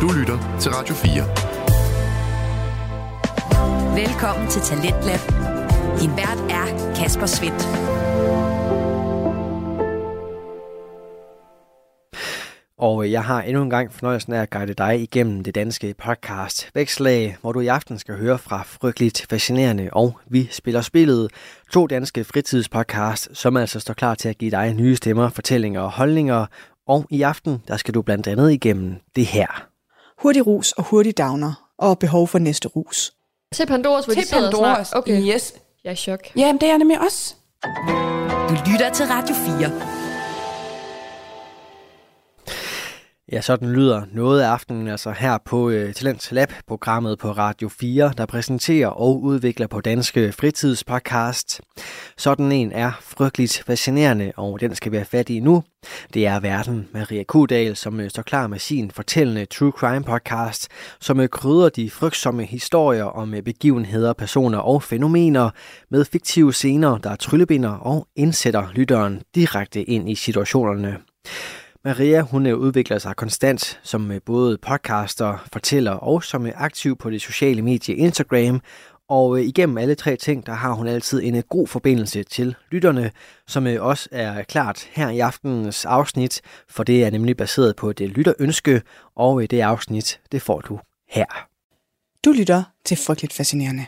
Du lytter til Radio 4. Velkommen til Talentlab. Din vært er Kasper Svendt. Og jeg har endnu en gang fornøjelsen af at guide dig igennem det danske podcast Vækslag, hvor du i aften skal høre fra Frygteligt Fascinerende og Vi Spiller Spillet. 2 danske fritidspodcasts, som altså står klar til at give dig nye stemmer, fortællinger og holdninger. Og i aften, der skal du blandt andet igennem det her. Hurtig rus og hurtig downer, og behov for næste rus. Til Pandoras, hvor de sidder og snakker. Okay. Yes. Jeg er i chok. Jamen, det er nemlig også. Du lytter til Radio 4. Ja, sådan lyder noget af aftenen, altså her på Talentlab-programmet på Radio 4, der præsenterer og udvikler på danske fritidspodcast. Sådan en er Frygteligt Fascinerende, og den skal vi have fat i nu. Det er verden Maria Kudal, som står klar med sin fortællende True Crime podcast, som krydrer de frygtsomme historier om begivenheder, personer og fænomener med fiktive scener, der tryllebinder og indsætter lytteren direkte ind i situationerne. Maria, hun udvikler sig konstant som både podcaster, fortæller og som aktiv på det sociale medie Instagram. Og igennem alle 3 ting, der har hun altid en god forbindelse til lytterne, som også er klart her i aftenens afsnit, for det er nemlig baseret på et lytterønske, og det afsnit, det får du her. Du lytter til Frygteligt Fascinerende.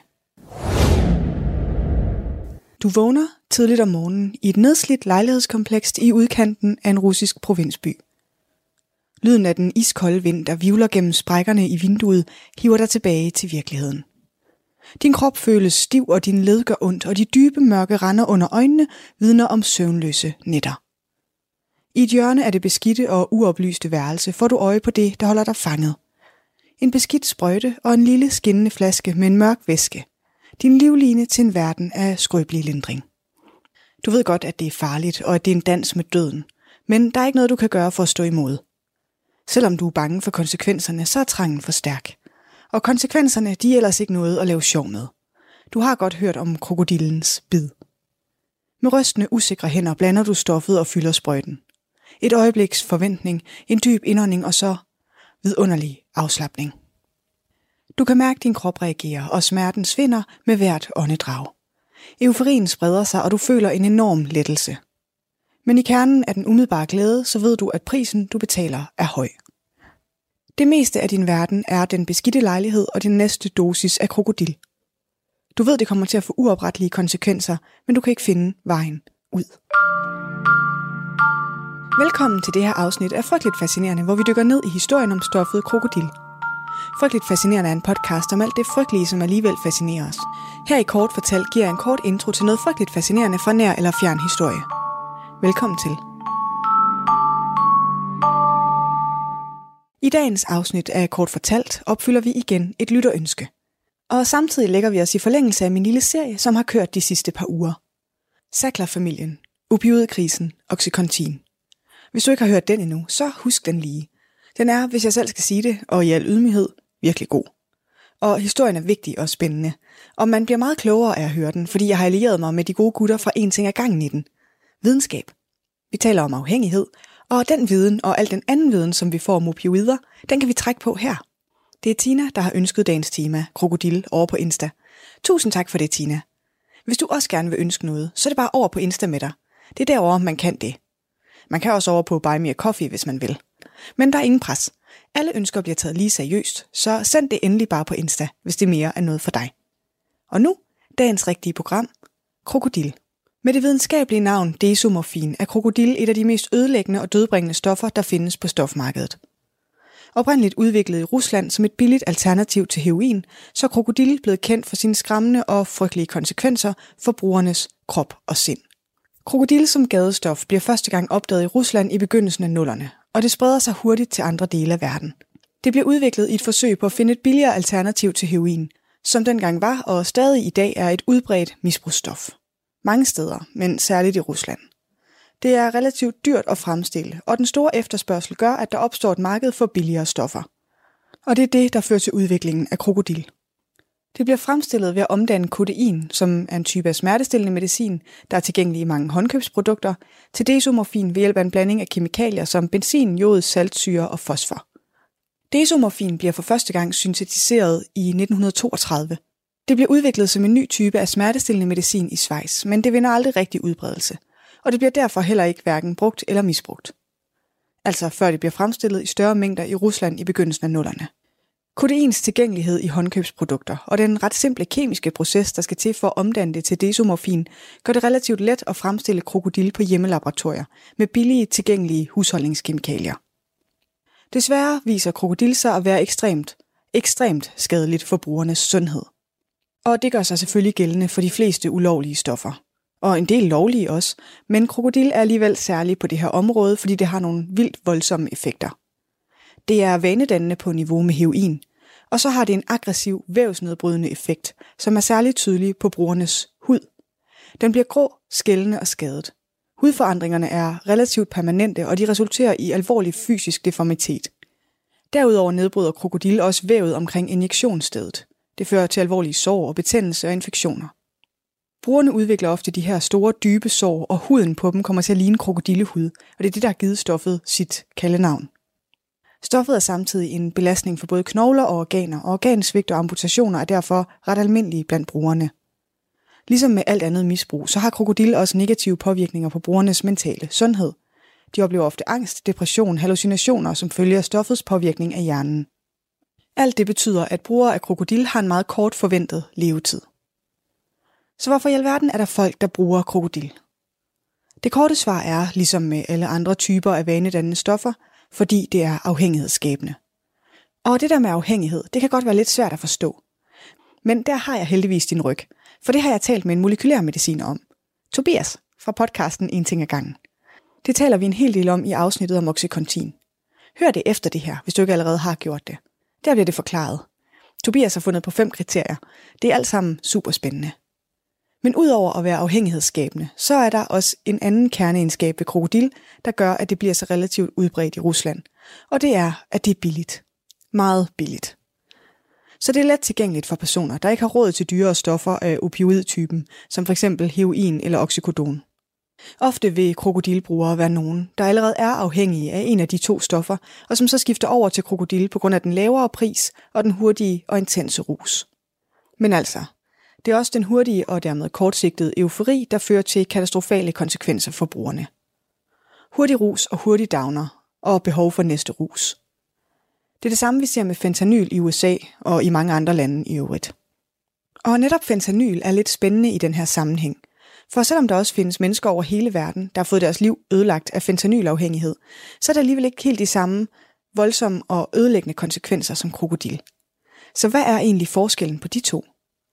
Du vågner tidligt om morgenen i et nedslidt lejlighedskompleks i udkanten af en russisk provinsby. Lyden af den iskolde vind, der hvirvler gennem sprækkerne i vinduet, hiver dig tilbage til virkeligheden. Din krop føles stiv, og din led gør ondt, og de dybe mørke render under øjnene vidner om søvnløse nætter. I et hjørne af det beskidte og uoplyste værelse får du øje på det, der holder dig fanget. En beskidt sprøjte og en lille skinnende flaske med en mørk væske. Din livline til en verden af skrøbelig lindring. Du ved godt, at det er farligt, og at det er en dans med døden, men der er ikke noget, du kan gøre for at stå imod. Selvom du er bange for konsekvenserne, så er trangen for stærk. Og konsekvenserne, de er ellers ikke noget at lave sjov med. Du har godt hørt om krokodillens bid. Med rystende, usikre hænder blander du stoffet og fylder sprøjten. Et øjebliks forventning, en dyb indånding og så vidunderlig afslapning. Du kan mærke, at din krop reagerer, og smerten svinder med hvert åndedrag. Euforien spreder sig, og du føler en enorm lettelse. Men i kernen af den umiddelbare glæde, så ved du, at prisen, du betaler, er høj. Det meste af din verden er den beskidte lejlighed og din næste dosis af krokodil. Du ved, det kommer til at få uoprettelige konsekvenser, men du kan ikke finde vejen ud. Velkommen til det her afsnit af Frygteligt Fascinerende, hvor vi dykker ned i historien om stoffet krokodil. Frygteligt Fascinerende er en podcast om alt det frygtelige, som alligevel fascinerer os. Her i Kort Fortalt giver jeg en kort intro til noget frygteligt fascinerende fra nær eller fjern historie. Velkommen til. I dagens afsnit af Kort Fortalt opfylder vi igen et lytterønske. Og samtidig lægger vi os i forlængelse af min lille serie, som har kørt de sidste par uger. Sackler-familien, opioidkrisen, Oxycontin. Hvis du ikke har hørt den endnu, så husk den lige. Den er, hvis jeg selv skal sige det, og i al ydmyghed, virkelig god. Og historien er vigtig og spændende. Og man bliver meget klogere af at høre den, fordi jeg har allieret mig med de gode gutter fra en ting ad gangen i den. Videnskab. Vi taler om afhængighed, og den viden og al den anden viden, som vi får om opioider, den kan vi trække på her. Det er Tina, der har ønsket dagens tema, krokodil, over på Insta. Tusind tak for det, Tina. Hvis du også gerne vil ønske noget, så er det bare over på Insta med dig. Det er derovre, man kan det. Man kan også over på Buy Me a Coffee, hvis man vil. Men der er ingen pres. Alle ønsker bliver taget lige seriøst, så send det endelig bare på Insta, hvis det mere er noget for dig. Og nu, dagens rigtige program, krokodil. Med det videnskabelige navn desomorfin er krokodil et af de mest ødelæggende og dødbringende stoffer, der findes på stofmarkedet. Oprindeligt udviklet i Rusland som et billigt alternativ til heroin, så er krokodil blevet kendt for sine skræmmende og frygtelige konsekvenser for brugernes krop og sind. Krokodil som gadestof bliver første gang opdaget i Rusland i begyndelsen af 00'erne, og det spreder sig hurtigt til andre dele af verden. Det bliver udviklet i et forsøg på at finde et billigere alternativ til heroin, som dengang var og stadig i dag er et udbredt misbrugsstof. Mange steder, men særligt i Rusland. Det er relativt dyrt at fremstille, og den store efterspørgsel gør, at der opstår et marked for billigere stoffer. Og det er det, der fører til udviklingen af krokodil. Det bliver fremstillet ved at omdanne kodein, som er en type af smertestillende medicin, der er tilgængelig i mange håndkøbsprodukter, til desomorfin ved hjælp af en blanding af kemikalier som benzin, jod, saltsyre og fosfor. Desomorfin bliver for første gang syntetiseret i 1932. Det bliver udviklet som en ny type af smertestillende medicin i Schweiz, men det vinder aldrig rigtig udbredelse, og det bliver derfor heller ikke hverken brugt eller misbrugt. Altså før det bliver fremstillet i større mængder i Rusland i begyndelsen af 00'erne. Kodeins tilgængelighed i håndkøbsprodukter og den ret simple kemiske proces, der skal til for at omdanne det til desomorfin, gør det relativt let at fremstille krokodil på hjemmelaboratorier med billige, tilgængelige husholdningskemikalier. Desværre viser krokodil sig at være ekstremt skadeligt for brugernes sundhed. Og det gør sig selvfølgelig gældende for de fleste ulovlige stoffer. Og en del lovlige også, men krokodil er alligevel særligt på det her område, fordi det har nogle vildt voldsomme effekter. Det er vanedannende på niveau med heroin, og så har det en aggressiv vævsnedbrydende effekt, som er særligt tydelig på brugernes hud. Den bliver grå, skældende og skadet. Hudforandringerne er relativt permanente, og de resulterer i alvorlig fysisk deformitet. Derudover nedbryder krokodil også vævet omkring injektionsstedet. Det fører til alvorlige sår og betændelse og infektioner. Brugerne udvikler ofte de her store, dybe sår, og huden på dem kommer til at ligne krokodillehud, og det er det, der har givet stoffet sit kaldenavn. Stoffet er samtidig en belastning for både knogler og organer, og organsvigt og amputationer er derfor ret almindelige blandt brugerne. Ligesom med alt andet misbrug, så har krokodil også negative påvirkninger på brugernes mentale sundhed. De oplever ofte angst, depression, hallucinationer, som følger stoffets påvirkning af hjernen. Alt det betyder, at brugere af krokodil har en meget kort forventet levetid. Så hvorfor i alverden er der folk, der bruger krokodil? Det korte svar er, ligesom med alle andre typer af vanedannende stoffer, fordi det er afhængighedsskabende. Og det der med afhængighed, det kan godt være lidt svært at forstå. Men der har jeg heldigvis din ryg, for det har jeg talt med en molekylærmediciner om. Tobias fra podcasten En ting ad gangen. Det taler vi en hel del om i afsnittet om Oxycontin. Hør det efter det her, hvis du ikke allerede har gjort det. Der bliver det forklaret. Tobias har fundet på 5 kriterier. Det er alt sammen super spændende. Men udover at være afhængighedsskabende, så er der også en anden kerneegenskab ved krokodil, der gør, at det bliver så relativt udbredt i Rusland. Og det er, at det er billigt. Meget billigt. Så det er let tilgængeligt for personer, der ikke har råd til dyrere stoffer af opioidtypen, som f.eks. heroin eller oxycodon. Ofte vil krokodilbrugere være nogen, der allerede er afhængige af en af de 2 stoffer, og som så skifter over til krokodil på grund af den lavere pris og den hurtige og intense rus. Men altså, det er også den hurtige og dermed kortsigtede eufori, der fører til katastrofale konsekvenser for brugerne. Hurtig rus og hurtig downer, og behov for næste rus. Det er det samme, vi ser med fentanyl i USA og i mange andre lande i øvrigt. Og netop fentanyl er lidt spændende i den her sammenhæng. For selvom der også findes mennesker over hele verden, der har fået deres liv ødelagt af fentanyl-afhængighed, så er der alligevel ikke helt de samme voldsomme og ødelæggende konsekvenser som krokodil. Så hvad er egentlig forskellen på de 2?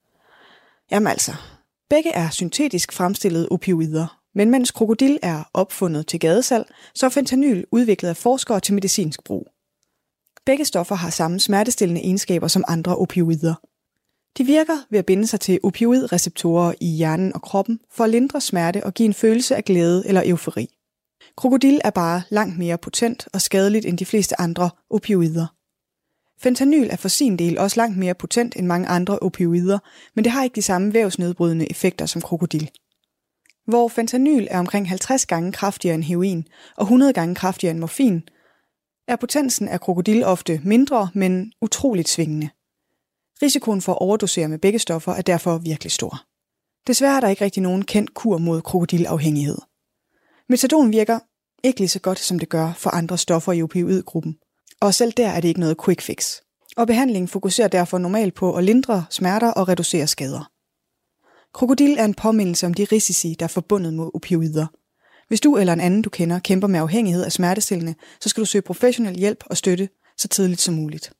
Jamen altså, begge er syntetisk fremstillede opioider, men mens krokodil er opfundet til gadesalg, så er fentanyl udviklet af forskere til medicinsk brug. Begge stoffer har samme smertestillende egenskaber som andre opioider. De virker ved at binde sig til opioidreceptorer i hjernen og kroppen for at lindre smerte og give en følelse af glæde eller eufori. Krokodil er bare langt mere potent og skadeligt end de fleste andre opioider. Fentanyl er for sin del også langt mere potent end mange andre opioider, men det har ikke de samme vævsnedbrydende effekter som krokodil. Hvor fentanyl er omkring 50 gange kraftigere end heroin og 100 gange kraftigere end morfin, er potensen af krokodil ofte mindre, men utroligt svingende. Risikoen for at overdosere med begge stoffer er derfor virkelig stor. Desværre er der ikke rigtig nogen kendt kur mod krokodilafhængighed. Metadon virker ikke lige så godt, som det gør for andre stoffer i opioidgruppen, og selv der er det ikke noget quick fix. Og behandlingen fokuserer derfor normalt på at lindre smerter og reducere skader. Krokodil er en påmindelse om de risici, der er forbundet med opioider. Hvis du eller en anden, du kender, kæmper med afhængighed af smertestillende, så skal du søge professionel hjælp og støtte så tidligt som muligt.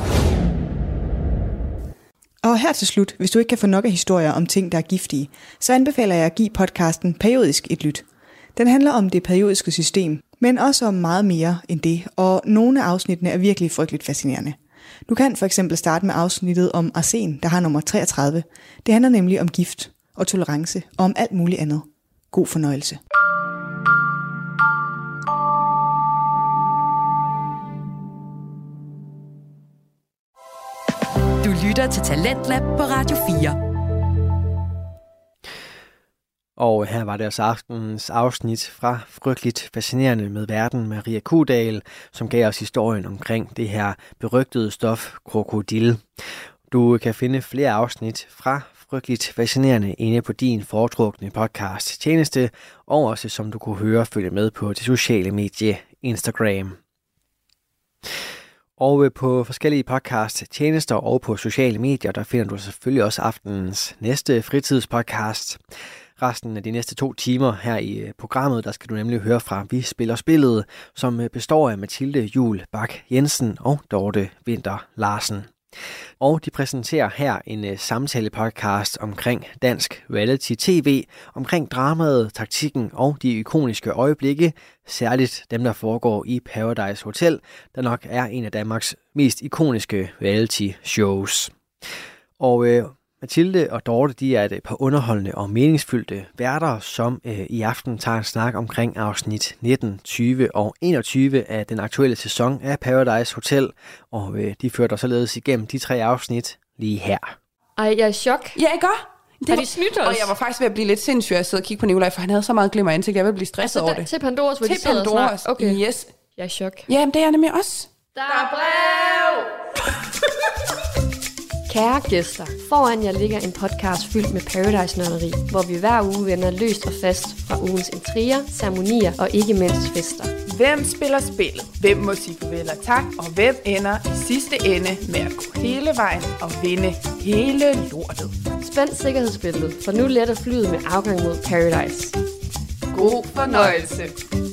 Og her til slut, hvis du ikke kan få nok af historier om ting, der er giftige, så anbefaler jeg at give podcasten Periodisk et lyt. Den handler om det periodiske system, men også om meget mere end det, og nogle af afsnittene er virkelig frygteligt fascinerende. Du kan for eksempel starte med afsnittet om arsen, der har nummer 33. Det handler nemlig om gift og tolerance og om alt muligt andet. God fornøjelse. Du lytter til Talentlab på Radio 4. Og her var det også aftenens afsnit fra Frygteligt Fascinerende med verden, Maria Kudal, som gav os historien omkring det her berygtede stof, krokodil. Du kan finde flere afsnit fra Frygteligt Fascinerende inde på din foretrukne podcast tjeneste, og også som du kunne høre følge med på det sociale medie Instagram. Og på forskellige podcast tjenester og på sociale medier, der finder du selvfølgelig også aftenens næste fritidspodcast. Resten af de næste 2 timer her i programmet, der skal du nemlig høre fra Vi Spiller Spillet, som består af Mathilde Juel Bak Jensen og Dorte Winther Larsen. Og de præsenterer her en samtale-podcast omkring dansk reality-tv, omkring dramaet, taktikken og de ikoniske øjeblikke, særligt dem, der foregår i Paradise Hotel, der nok er en af Danmarks mest ikoniske reality-shows. Og Mathilde og Dorte, de er et par underholdende og meningsfyldte værter, som i aften tager en snak omkring afsnit 19, 20 og 21 af den aktuelle sæson af Paradise Hotel, og de fører dig således igennem de 3 afsnit lige her. Ej, jeg er i chok. Ja, ikke godt? Har de snydt os? Og jeg var faktisk ved at blive lidt sindssyg at sidde og kigge på Nikolaj, for han havde så meget glimmer ansigt, jeg ville blive stresset over det. Til Pandoras, hvor til de sidder Pandoras, og okay. Yes. Jeg er i chok. Ja, det er jeg nemlig også. Der er brev! Kære gæster, foran jer ligger en podcast fyldt med Paradise-nørderi, hvor vi hver uge vender løst og fast fra ugens intriger, ceremonier og ikke mindst fester. Hvem spiller spillet? Hvem må sige farvel og tak? Og hvem ender i sidste ende med at gå hele vejen og vinde hele lortet? Spænd sikkerhedsbæltet, for nu letter flyet med afgang mod Paradise. God fornøjelse!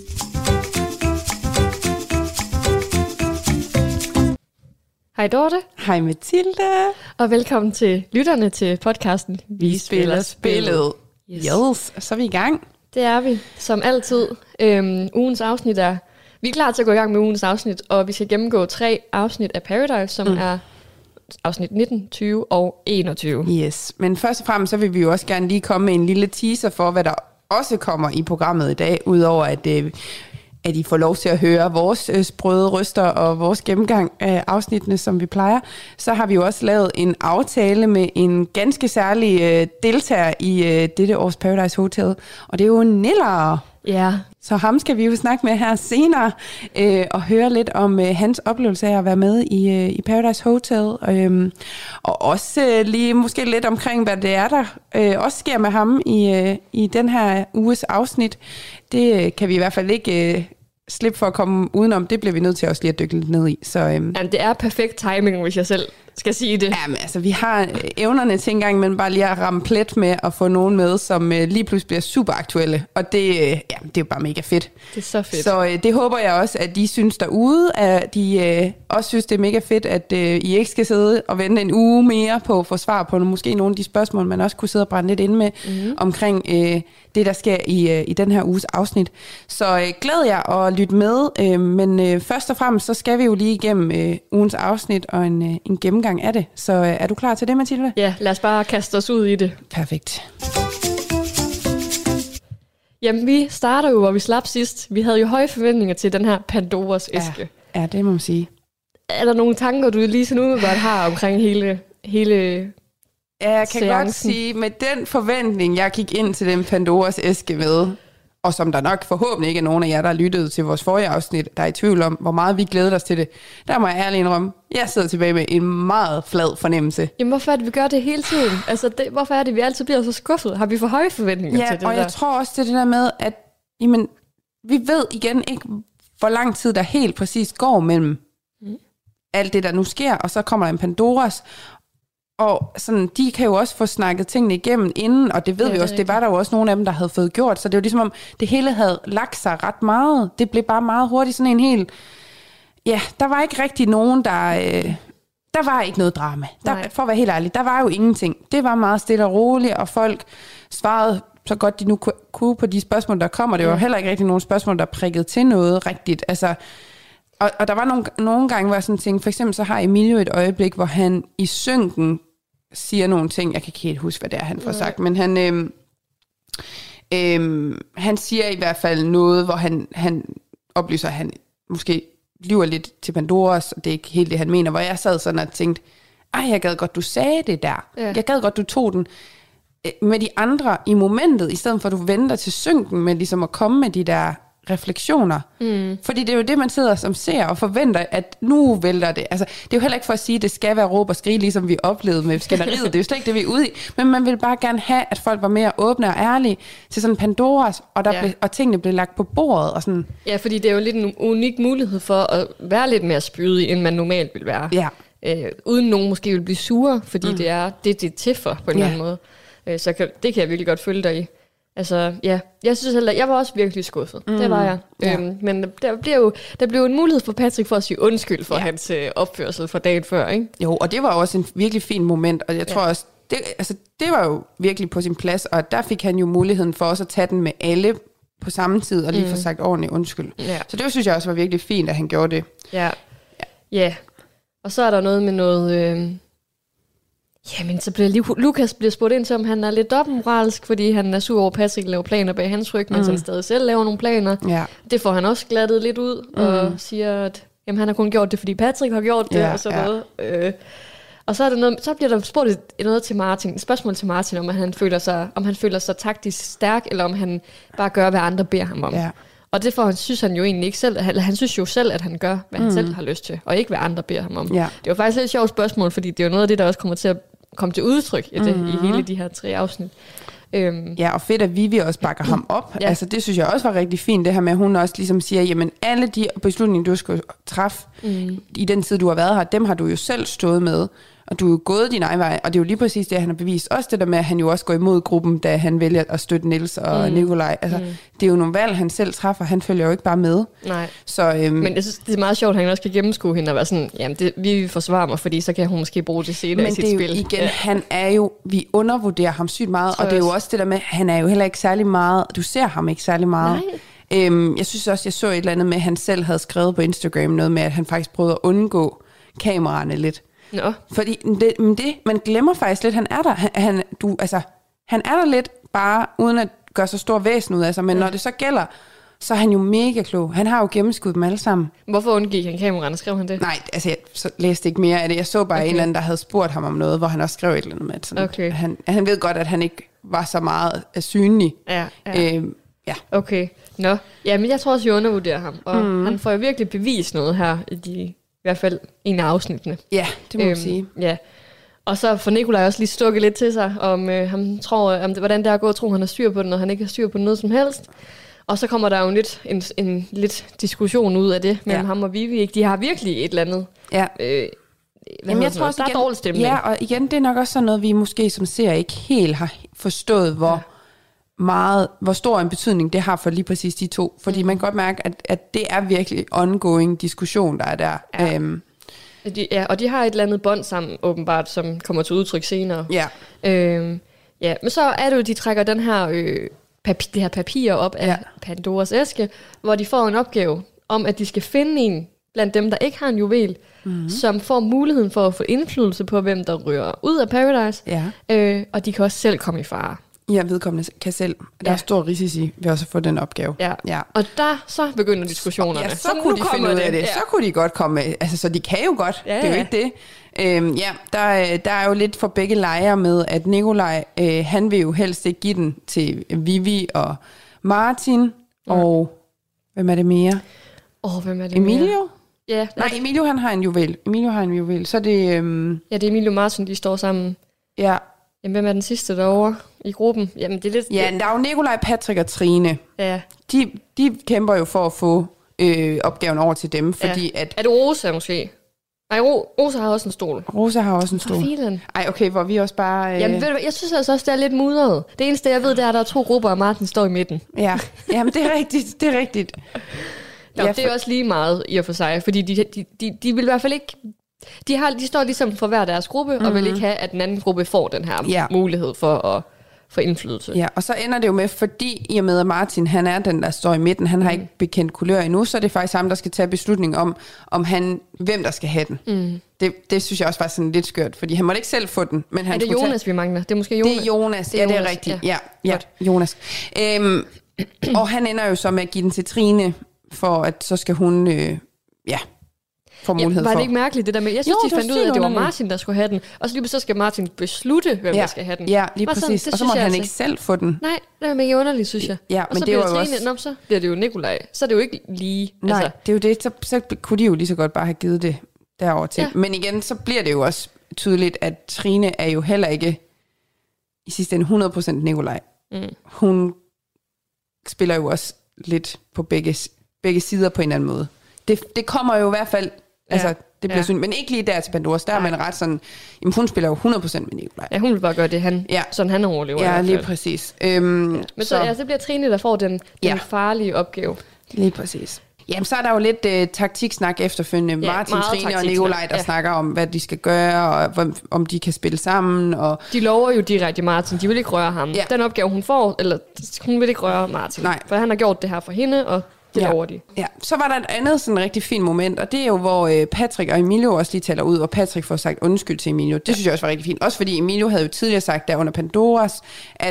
Hej Dorte. Hej Mathilde. Og velkommen til lytterne til podcasten Vi Spiller Spillet. Yes, så er vi i gang. Det er vi, som altid. Ugens afsnit er... Vi er klar til at gå i gang med ugens afsnit, og vi skal gennemgå 3 afsnit af Paradise, som er afsnit 19, 20 og 21. Yes, men først og fremmest så vil vi jo også gerne lige komme med en lille teaser for, hvad der også kommer i programmet i dag, udover at I får lov til at høre vores sprøde røster og vores gennemgang af afsnittene, som vi plejer. Så har vi jo også lavet en aftale med en ganske særlig deltager i dette års Paradise Hotel, og det er jo Niller. Ja. Så ham skal vi jo snakke med her senere, og høre lidt om hans oplevelse af at være med i Paradise Hotel, og også lige måske lidt omkring, hvad det er, der også sker med ham i den her uges afsnit. Det kan vi i hvert fald ikke slippe for at komme udenom. Det bliver vi nødt til også lige at dykke lidt ned i. Så, Jamen, det er perfekt timing, hvis jeg selv skal sige det. Jamen, altså, vi har evnerne til engang, men bare lige at ramme plet med at få nogen med, som lige pludselig bliver super aktuelle. Og det er jo bare mega fedt. Det er så fedt. Så det håber jeg også, at de synes derude, at de også synes, det er mega fedt, at I ikke skal sidde og vente en uge mere på at få svar på måske nogle af de spørgsmål, man også kunne sidde og brænde lidt ind med omkring det, der sker i den her uges afsnit. Så glæd jer og lyt med, men først og fremmest, så skal vi jo lige igennem ugens afsnit og en gennemgang af det. Så er du klar til det, Mathilde? Ja, lad os bare kaste os ud i det. Perfekt. Jamen, vi starter jo, hvor vi slap sidst. Vi havde jo høje forventninger til den her Pandoras æske. Ja, det må man sige. Er der nogle tanker, du lige sådan umiddelbart har omkring hele Ja, jeg kan seancen? godt sige, med den forventning, jeg gik ind til den Pandoras æske med, og som der nok forhåbentlig ikke er nogen af jer, der lyttede til vores forrige afsnit, der er i tvivl om, hvor meget vi glæder os til det, der må jeg ærligt indrømme, jeg sidder tilbage med en meget flad fornemmelse. Jamen, hvorfor er det, vi gør det hele tiden? Altså, hvorfor er det, vi altid bliver så skuffet? Har vi for høje forventninger til det og der? jeg tror også til det der med, at jamen, vi ved igen ikke, hvor lang tid der helt præcis går mellem alt det, der nu sker, og så kommer der en Pandoras. Og sådan, de kan jo også få snakket tingene igennem inden, og det ved vi også, det var der jo også nogle af dem, der havde fået gjort, så det var ligesom om, det hele havde lagt sig ret meget. Det blev bare meget hurtigt sådan en helt... Ja, der var ikke rigtig nogen, der var ikke noget drama. For at være helt ærlig, der var jo ingenting. Det var meget stille og roligt, og folk svarede så godt de nu kunne på de spørgsmål, der kommer. Det var heller ikke rigtig nogen spørgsmål, der prikkede til noget rigtigt. Altså... Og der var nogle gange, hvor jeg sådan tænkte, for eksempel så har Emilio et øjeblik, hvor han i synken siger nogle ting, jeg kan ikke helt huske, hvad det er, han får sagt, men han siger i hvert fald noget, hvor han oplyser, at han måske lyver lidt til Pandoras, og det er ikke helt det, han mener, hvor jeg sad sådan og tænkte, jeg gad godt, du sagde det der. Ja. Jeg gad godt, du tog den. med de andre i momentet, i stedet for at du venter til synken med ligesom at komme med de der refleksioner. Fordi det er jo det, man sidder som ser og forventer, at nu vælter det. Altså, det er jo heller ikke for at sige, at det skal være råb og skrige, ligesom vi oplevede med skænderiet. Det er jo slet ikke det, vi er ude i. Men man vil bare gerne have, at folk var mere åbne og ærlige til sådan Pandoras, og tingene blev lagt på bordet. Og sådan. Ja, fordi det er jo lidt en unik mulighed for at være lidt mere spydig, end man normalt vil være. Ja. Uden nogen måske vil blive sure, fordi det er til for på en eller anden måde. Så det kan jeg virkelig godt følge dig i. Altså, ja, jeg synes heller, jeg var også virkelig skuffet. Det var jeg. Ja. Men der blev en mulighed for Patrick for at sige undskyld for hans opførsel fra dagen før, ikke? Jo, og det var også en virkelig fin moment, og jeg tror også, det var jo virkelig på sin plads, og der fik han jo muligheden for også at tage den med alle på samme tid, og lige få sagt ordentligt undskyld. Ja. Så det synes jeg også var virkelig fint, at han gjorde det. Ja. Og så er der noget med noget... Jamen, så bliver Lukas spurgt ind til, om han er lidt dobbeltmoralsk, fordi han er sur over, Patrick laver planer bag hans ryg, mens han stadig selv laver nogle planer. Ja. Det får han også glattet lidt ud, og siger, at jamen, han har kun gjort det, fordi Patrick har gjort det, og sådan noget. Og så, er det noget, så bliver der spurgt noget til Martin, et spørgsmål til Martin, om han føler sig taktisk stærk, eller om han bare gør, hvad andre beder ham om. Ja. Og det synes han jo egentlig ikke selv. Han synes jo selv, at han gør, hvad han selv har lyst til, og ikke hvad andre beder ham om. Ja. Det var faktisk lidt et sjovt spørgsmål, fordi det er jo noget af det, der også kommer til at komme til udtryk i hele de her 3 afsnit. Ja, og fedt, at Vivi også bakker ham op. Ja. Altså, det synes jeg også var rigtig fint, det her med, at hun også ligesom siger, jamen alle de beslutninger, du skal træffe i den tid, du har været her, dem har du jo selv stået med, og du er jo gået din egen vej, og det er jo lige præcis det, han har bevist. Også det der med, at han jo også går imod gruppen, da han vælger at støtte Niels og Nikolaj. Altså, det er jo nogle valg, han selv træffer, han følger jo ikke bare med. Nej. Så, men jeg synes, det er meget sjovt, at han også kan gennemskue hende og være sådan, jamen, vi forsvarer mig, fordi så kan hun måske bruge det senere i sit spil. Men det er jo igen, han er jo, vi undervurderer ham sygt meget, og det er jo også det der med, han er jo heller ikke særlig meget, du ser ham ikke særlig meget. Jeg synes også, jeg så et eller andet med, at han selv havde skrevet på Instagram noget med, at han faktisk prøvede at undgå kameraerne lidt. Nå. Fordi man glemmer faktisk lidt, han er der. Han er der lidt, bare uden at gøre så stor væsen ud af sig, men når det så gælder, så er han jo mega klog. Han har jo gennemskudt dem alle sammen. Hvorfor undgik han kameraerne? Skrev han det? Nej, altså jeg læste ikke mere af det. Jeg så bare en eller anden, der havde spurgt ham om noget, hvor han også skrev et eller andet med. Sådan, han ved godt, at han ikke var så meget synlig. Ja. Okay. Nå. Ja, men jeg tror også, jeg undervurderer ham. Og han får jo virkelig bevist noget her i hvert fald en af afsnittene. Ja, det må man sige. Ja. Og så får Nikolaj også lige stukket lidt til sig, om han tror, hvordan det er at gå og tro, han har styr på det, når han ikke har styr på noget som helst. Og så kommer der jo en lidt diskussion ud af det mellem ham og Vivi. Ikke? De har virkelig et eller andet. Ja. Jamen, jeg tror også, der er dårlig stemning. Ja, og igen, det er nok også sådan noget, vi måske som ser ikke helt har forstået, hvor stor en betydning det har for lige præcis de to. Fordi man kan godt mærke, at det er virkelig ongoing diskussion, der er der. Ja. Og de har et eller andet bånd sammen, åbenbart, som kommer til udtryk senere. Ja. Men så er det jo, de trækker den her, det her papir op af Pandoras æske, hvor de får en opgave om, at de skal finde en blandt dem, der ikke har en juvel, som får muligheden for at få indflydelse på, hvem der rører ud af Paradise. Ja. Og de kan også selv komme i fare. Ja, vedkommende kan selv. Der er stor risici ved også at få den opgave. Ja. Og så begynder diskussionerne. Ja, så kunne de finde ud af det. Ja. Så kunne de godt komme. Altså, så de kan jo godt. Det er jo ikke det. Der er jo lidt for begge lejre med, at Nikolaj, han vil jo helst ikke give den til Vivi og Martin. Og hvem er det mere? Hvem er det Emilio? mere? Ja. Nej, Emilio han har en juvel. Så det... Ja, det er Emilio og Martin, de står sammen. Ja. Jamen, hvem er den sidste derovre i gruppen? Jamen, det er lidt... Ja, der er jo Nikolaj, Patrick og Trine. Ja. De kæmper jo for at få opgaven over til dem, fordi at... Er det Rosa måske? Nej, Rosa har også en stol. Rosa har også en stol. Ej, okay, hvor vi også bare... Jamen, ved du hvad, jeg synes altså også, det er lidt mudret. Det eneste, jeg ved, det er, at der er 2 grupper, og Martin står i midten. Ja, jamen det er rigtigt, Nå, det er også lige meget i og for sig, fordi de vil i hvert fald ikke... De står ligesom for hver deres gruppe, og vil ikke have, at den anden gruppe får den her mulighed for at få indflydelse. Ja, og så ender det jo med, fordi i og med, at Martin, han er den, der står i midten, han har ikke bekendt kulør endnu, så er det faktisk ham, der skal tage beslutning om hvem der skal have den. Det synes jeg også var sådan lidt skørt, fordi han måtte ikke selv få den. Men han er det Jonas, vi mangler? Det er måske Jonas. Det er Jonas, det er rigtigt. Ja, Jonas. Og han ender jo så med at give den til Trine, for at så skal hun... får mulighed for. Var det ikke mærkeligt, det der med, jeg synes, Jo, de fandt ud af, at det var underligt. Martin, der skulle have den, og så skal Martin beslutte, hvem der skal have den. Ja, lige Bare sådan, præcis. det Og så synes må jeg han altså ikke selv få den. Nej, det er mega underligt, synes jeg. Ja, og men så det var bliver jo Trine, også... så bliver det jo Nikolaj. Så er det jo ikke lige... Nej, altså, det er jo det. Så kunne de jo lige så godt bare have givet det derover til. Ja. Men igen, så bliver det jo også tydeligt, at Trine er jo heller ikke i sidste ende 100% Nikolaj. Hun spiller jo også lidt på begge sider på en eller anden måde. Det kommer jo i hvert fald... Altså, det bliver synd. Men ikke lige der til Pandoras. Der er man ret sådan... Jamen, hun spiller jo 100% med Nikolaj. ja, hun vil bare gøre det, sådan han overlever. i Ja, hvert lige fald. præcis. Men så bliver Trine, der får den farlige opgave. Lige præcis. Jamen, så er der jo lidt taktiksnak efterfølgende. Ja, Martin, meget Trine og taktiksnak, Nikolaj, der snakker om, hvad de skal gøre, og om de kan spille sammen. Og De lover jo direkte Martin, de vil ikke røre ham. Ja. Den opgave, hun får, eller hun vil ikke røre Martin. Nej. For han har gjort det her for hende, og det lover de. Ja, så var der et andet sådan rigtig fint moment, og det er jo, hvor Patrick og Emilio også lige taler ud, og Patrick får sagt undskyld til Emilio. Det synes jeg også var rigtig fint. Også fordi Emilio havde jo tidligere sagt der under Pandoras, at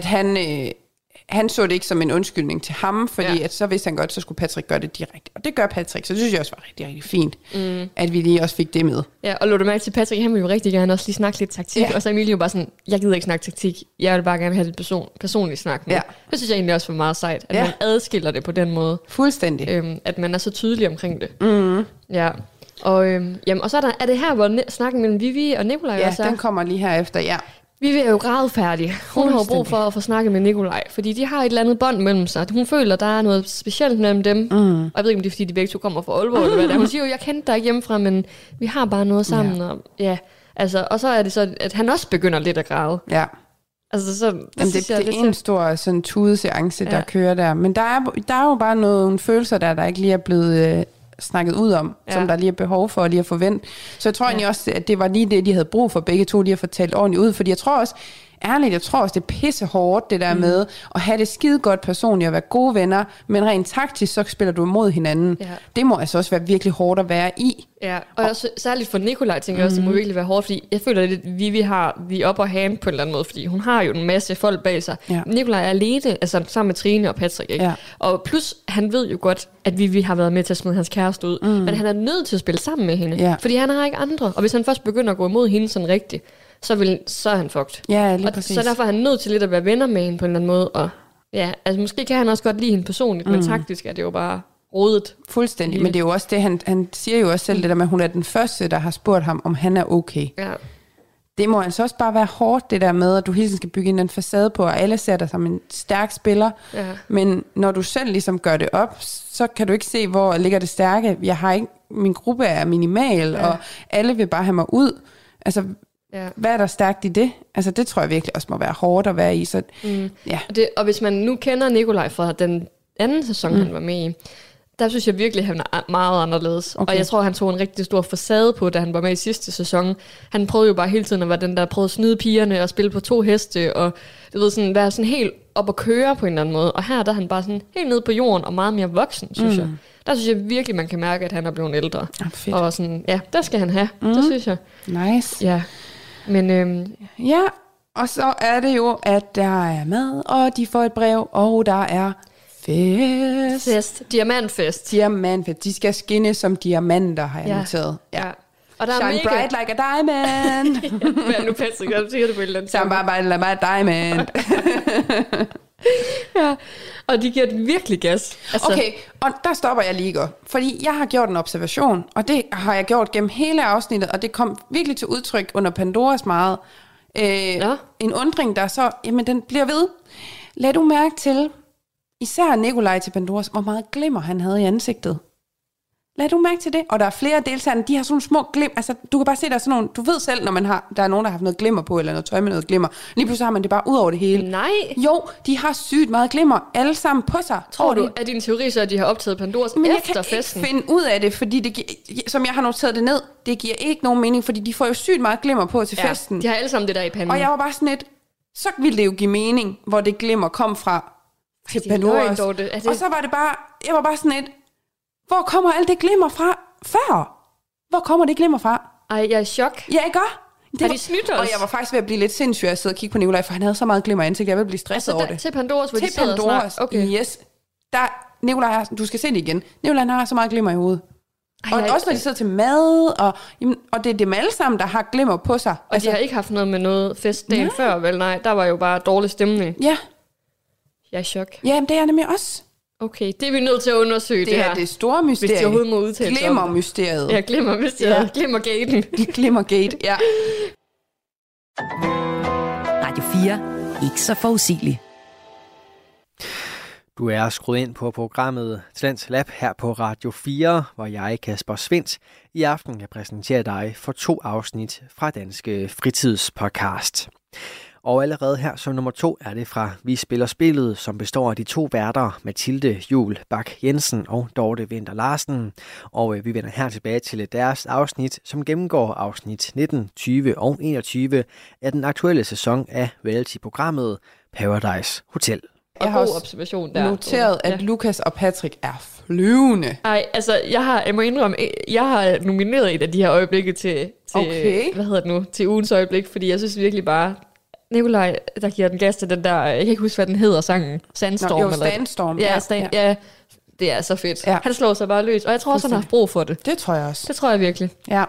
han så det ikke som en undskyldning til ham, fordi at så vidste han godt, så skulle Patrick gøre det direkte. Og det gør Patrick, så det synes jeg også var rigtig, rigtig fint, at vi lige også fik det med. Ja, og lå du mærke til Patrick, han vil jo rigtig gerne også lige snakke lidt taktik, og så Emilio bare sådan, jeg gider ikke snakke taktik, jeg vil bare gerne have lidt personlig snak nu. Ja. Det synes jeg egentlig også var meget sejt, at man adskiller det på den måde. Fuldstændig. At man er så tydelig omkring det. Ja. Og, og så er det her, hvor snakken mellem Vivi og Nikolaj også er. Ja, den kommer lige herefter, ja. Vivi er jo gradfærdig. Hun har jo brug for at få snakket med Nikolaj, fordi de har et eller andet bånd mellem sig. Hun føler, der er noget specielt mellem dem. Og jeg ved ikke, om det er, fordi de begge to kommer fra Aalborg, eller hvad det er. Hun siger jo, jeg kendte dig ikke hjemmefra, men vi har bare noget sammen. Og så er det så, at han også begynder lidt at græde. Ja. Altså, så, det er en stor sådan tudeseance, der kører der. Men der er jo bare nogle følelser der ikke lige er blevet snakket ud om, som der lige er behov for at lige at forvente. Så jeg tror egentlig også, at det var lige det, de havde brug for begge to, lige at få talt ordentligt ud. Fordi jeg tror også, det er pissehårdt, det der med at have det skide godt personligt og være gode venner, men rent taktisk, så spiller du imod hinanden. Ja. Det må altså også være virkelig hårdt at være i. Ja, og også, særligt for Nikolaj, tænker jeg også, det må virkelig være hårdt, fordi jeg føler lidt, at vi har the upper hand på en eller anden måde, fordi hun har jo en masse folk bag sig. Ja. Nikolaj er alene, altså sammen med Trine og Patrick, ikke? Ja. Og plus, han ved jo godt, at vi har været med til at smide hans kæreste ud, men han er nødt til at spille sammen med hende, fordi han har ikke andre. Og hvis han først begynder at gå imod hende sådan rigtigt, så er han fucked. Ja, lige og præcis. så derfor er han nødt til lidt at være venner med hende på en eller anden måde, og ja, altså måske kan han også godt lide hende personligt, men taktisk er det jo bare rodet. Fuldstændig, men det er jo også det, han siger jo også selv det der med, at hun er den første, der har spurgt ham, om han er okay. Ja. Det må altså også bare være hårdt, det der med, at du hele tiden skal bygge en facade på, og alle ser dig som en stærk spiller. Ja. Men når du selv ligesom gør det op, så kan du ikke se, hvor ligger det stærke. Min gruppe er minimal, og alle vil bare have mig ud. Altså, hvad er der stærkt i det? Altså, det tror jeg virkelig også må være hårdt at være i. Så, og hvis man nu kender Nikolaj fra den anden sæson, han var med i, der synes jeg virkelig, at han er meget anderledes. Okay. Og jeg tror, han tog en rigtig stor facade på, da han var med i sidste sæson. Han prøvede jo bare hele tiden at være den, der prøvede at snyde pigerne og spille på 2 heste, og du ved, sådan, være sådan helt op at køre på en eller anden måde. Og her der er han bare sådan helt nede på jorden og meget mere voksen, synes jeg. Der synes jeg virkelig, man kan mærke, at han er blevet ældre. Fedt. Og sådan, der skal han have. Det synes jeg. Nice. Ja. Men ja, og så er det jo, at der er mad, og de får et brev, og der er fest. Diamantfest. Diamantfest. De skal skinne som diamanter, har jeg noteret. Ja. Og der Shine er bright like a diamond. Ja, nu Patrick, jeg siger det på et eller andet. Shine bright like a diamond. Ja, og de giver den virkelig gas. Altså. Okay, og der stopper jeg lige godt. Fordi jeg har gjort en observation, og det har jeg gjort gennem hele afsnittet, og det kom virkelig til udtryk under Pandoras meget. En undring, der så, jamen den bliver ved. Lad du mærke til, især Nikolaj til Pandoras, hvor meget glimmer han havde i ansigtet. Lad du mærke til det? Og der er flere deltagere, de har sådan nogle små glim. Altså, du kan bare se, der er sådan nogle... Du ved selv, når der er nogen, der har haft noget glimmer på, eller noget tøj med noget glimmer. Lige pludselig har man det bare ud over det hele. Nej. Jo, de har sygt meget glimmer, alle sammen på sig. Tror du, at din teori så, at de har optaget Pandoras efter festen? Men jeg kan ikke finde ud af det, fordi som jeg har noteret det ned, det giver ikke nogen mening, fordi de får jo sygt meget glimmer på til festen. De har alle sammen det der i panden. Og jeg var bare sådan lidt... Så ville det jo give mening, hvor det glimmer kom fra til Pandoras. Og så var det bare... Jeg var bare sådan lidt... Hvor kommer alt det glimmer fra før? Hvor kommer det glimmer fra? Ej, jeg er i chok. Ja, ikke også? Har de snydt os? Og jeg var faktisk ved at blive lidt sindssyg at sidde og kigge på Nikolaj, for han havde så meget glimmer i ansigtet, jeg ville blive stresset over det. Til Pandoras, hvor til de sidder Pandoras, okay. Yes. Nikolaj har, du skal se det igen. Nikolaj har så meget glimmer i hovedet. Og også når de sidder til mad, og det er dem alle sammen, der har glimmer på sig. Og de har ikke haft noget med noget fest dagen før, vel? Nej, der var jo bare dårlig stemning. Ja. Jeg er i chok. Ja, det er nemlig også. Okay, det er vi nødt til at undersøge det her. Det er det store mysterie. Hvis de overhovedet må udtale sig. Glimmermysteriet. Ja, glimmermysteriet. Ja. Glimmergaten. Glimmergate, ja. Radio 4. Ikke så forudsigelig. Du er skruet ind på programmet Talents Lab her på Radio 4, hvor jeg, Kasper Svindt, i aften kan præsentere dig for 2 afsnit fra Danske Fritidspodcast. Og allerede her som nummer 2 er det fra Vi Spiller Spillet, som består af de 2 værter, Mathilde Juhl Bak Jensen og Dorte Winther Larsen. Og vi vender her tilbage til deres afsnit, som gennemgår afsnit 19, 20 og 21 af den aktuelle sæson af reality-programmet Paradise Hotel. Jeg har også observation der. noteret, at Lukas og Patrick er flyvende. Ej, altså, jeg må indrømme, jeg har nomineret et af de her øjeblikke til til ugens øjeblik, fordi jeg synes virkelig bare, Nikolaj, der giver den gas til den der, jeg kan ikke huske, hvad den hedder, sangen, Sandstorm. Sandstorm. Ja, det er så fedt. Ja. Han slår sig bare løs, og jeg tror også, han har brug for det. Det tror jeg også. Det tror jeg virkelig. Ja.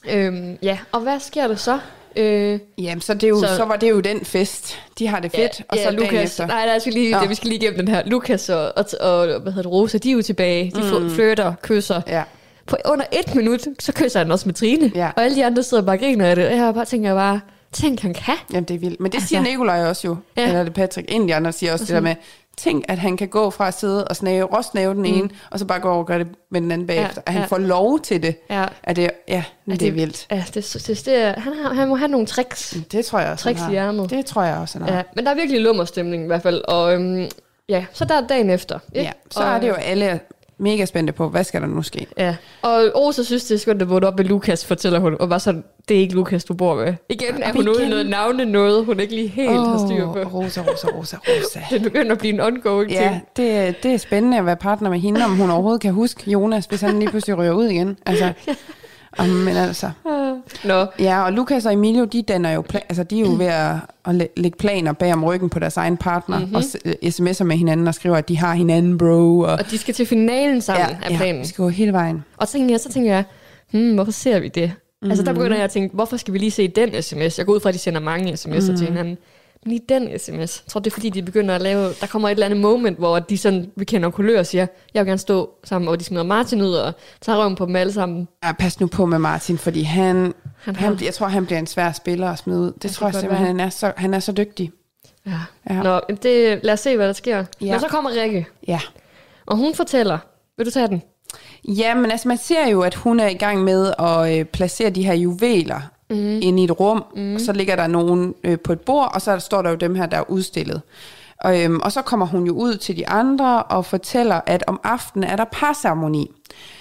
Og hvad sker der så? Jamen, så var det jo den fest. De har det fedt, og så Lukas. Nej, vi skal lige igennem den her. Lukas og Rosa, de er jo tilbage. De flirter, kysser. Ja. På under 1 minut, så kysser han også med Trine. Ja. Og alle de andre sidder bare og griner af det. Og jeg tænker, tænk, han kan. Jamen, det er vildt. Men det siger Nikolaj også jo. Ja. Eller det Patrick. En af de andre siger også det der med, tænk, at han kan gå fra at sidde og snave den ene, og så bare gå over og gøre det med den anden bagefter. At han får lov til det. Ja. Det er vildt. Ja, han må have nogle tricks. Det tror jeg også, tricks i ærmet. Det tror jeg også, han har. Ja, men der er virkelig lummerstemning i hvert fald. Og så der er dagen efter. Ikke? Ja, så er det jo alle mega spændte på, hvad skal der nu ske? Ja, og Rosa synes, det er skønt at vågne op med Lukas, fortæller hun, og var sådan, det er ikke Lukas, du bor med. Igen er hun ude i noget, hun ikke lige helt har styr på. Rosa. Det begynder at blive en ongoing ting. Ja, det er spændende at være partner med hende, om hun overhovedet kan huske Jonas, hvis han lige pludselig ryger ud igen. Altså, men altså. Ja, og Lukas og Emilio, de danner jo de er jo ved at lægge planer bag om ryggen på deres egen partner, og sms'er med hinanden og skriver, at de har hinanden, bro. Og de skal til finalen sammen af planen. Ja, vi skal gå hele vejen. Og så tænker jeg, hvorfor ser vi det? Altså der begynder jeg at tænke, hvorfor skal vi lige se den sms? Jeg går ud fra, at de sender mange sms'er til hinanden. Men i den sms, jeg tror det er fordi, de begynder at lave, der kommer et eller andet moment, hvor de sådan, vi kender kulør og siger, jeg vil gerne stå sammen, og de smider Martin ud og tager røven på dem alle sammen. Ja, pas nu på med Martin, fordi han jeg tror, han bliver en svær spiller at smide ud. Det tror jeg simpelthen, han er så dygtig. Ja. Nå, lad os se, hvad der sker. Ja. Men så kommer Rikke. Ja. Og hun fortæller, vil du tage den? Ja, men altså man ser jo, at hun er i gang med at placere de her juveler inde i et rum, og så ligger der nogen på et bord, og så står der jo dem her, der er udstillet. Og så kommer hun jo ud til de andre og fortæller, at om aftenen er der parceremoni.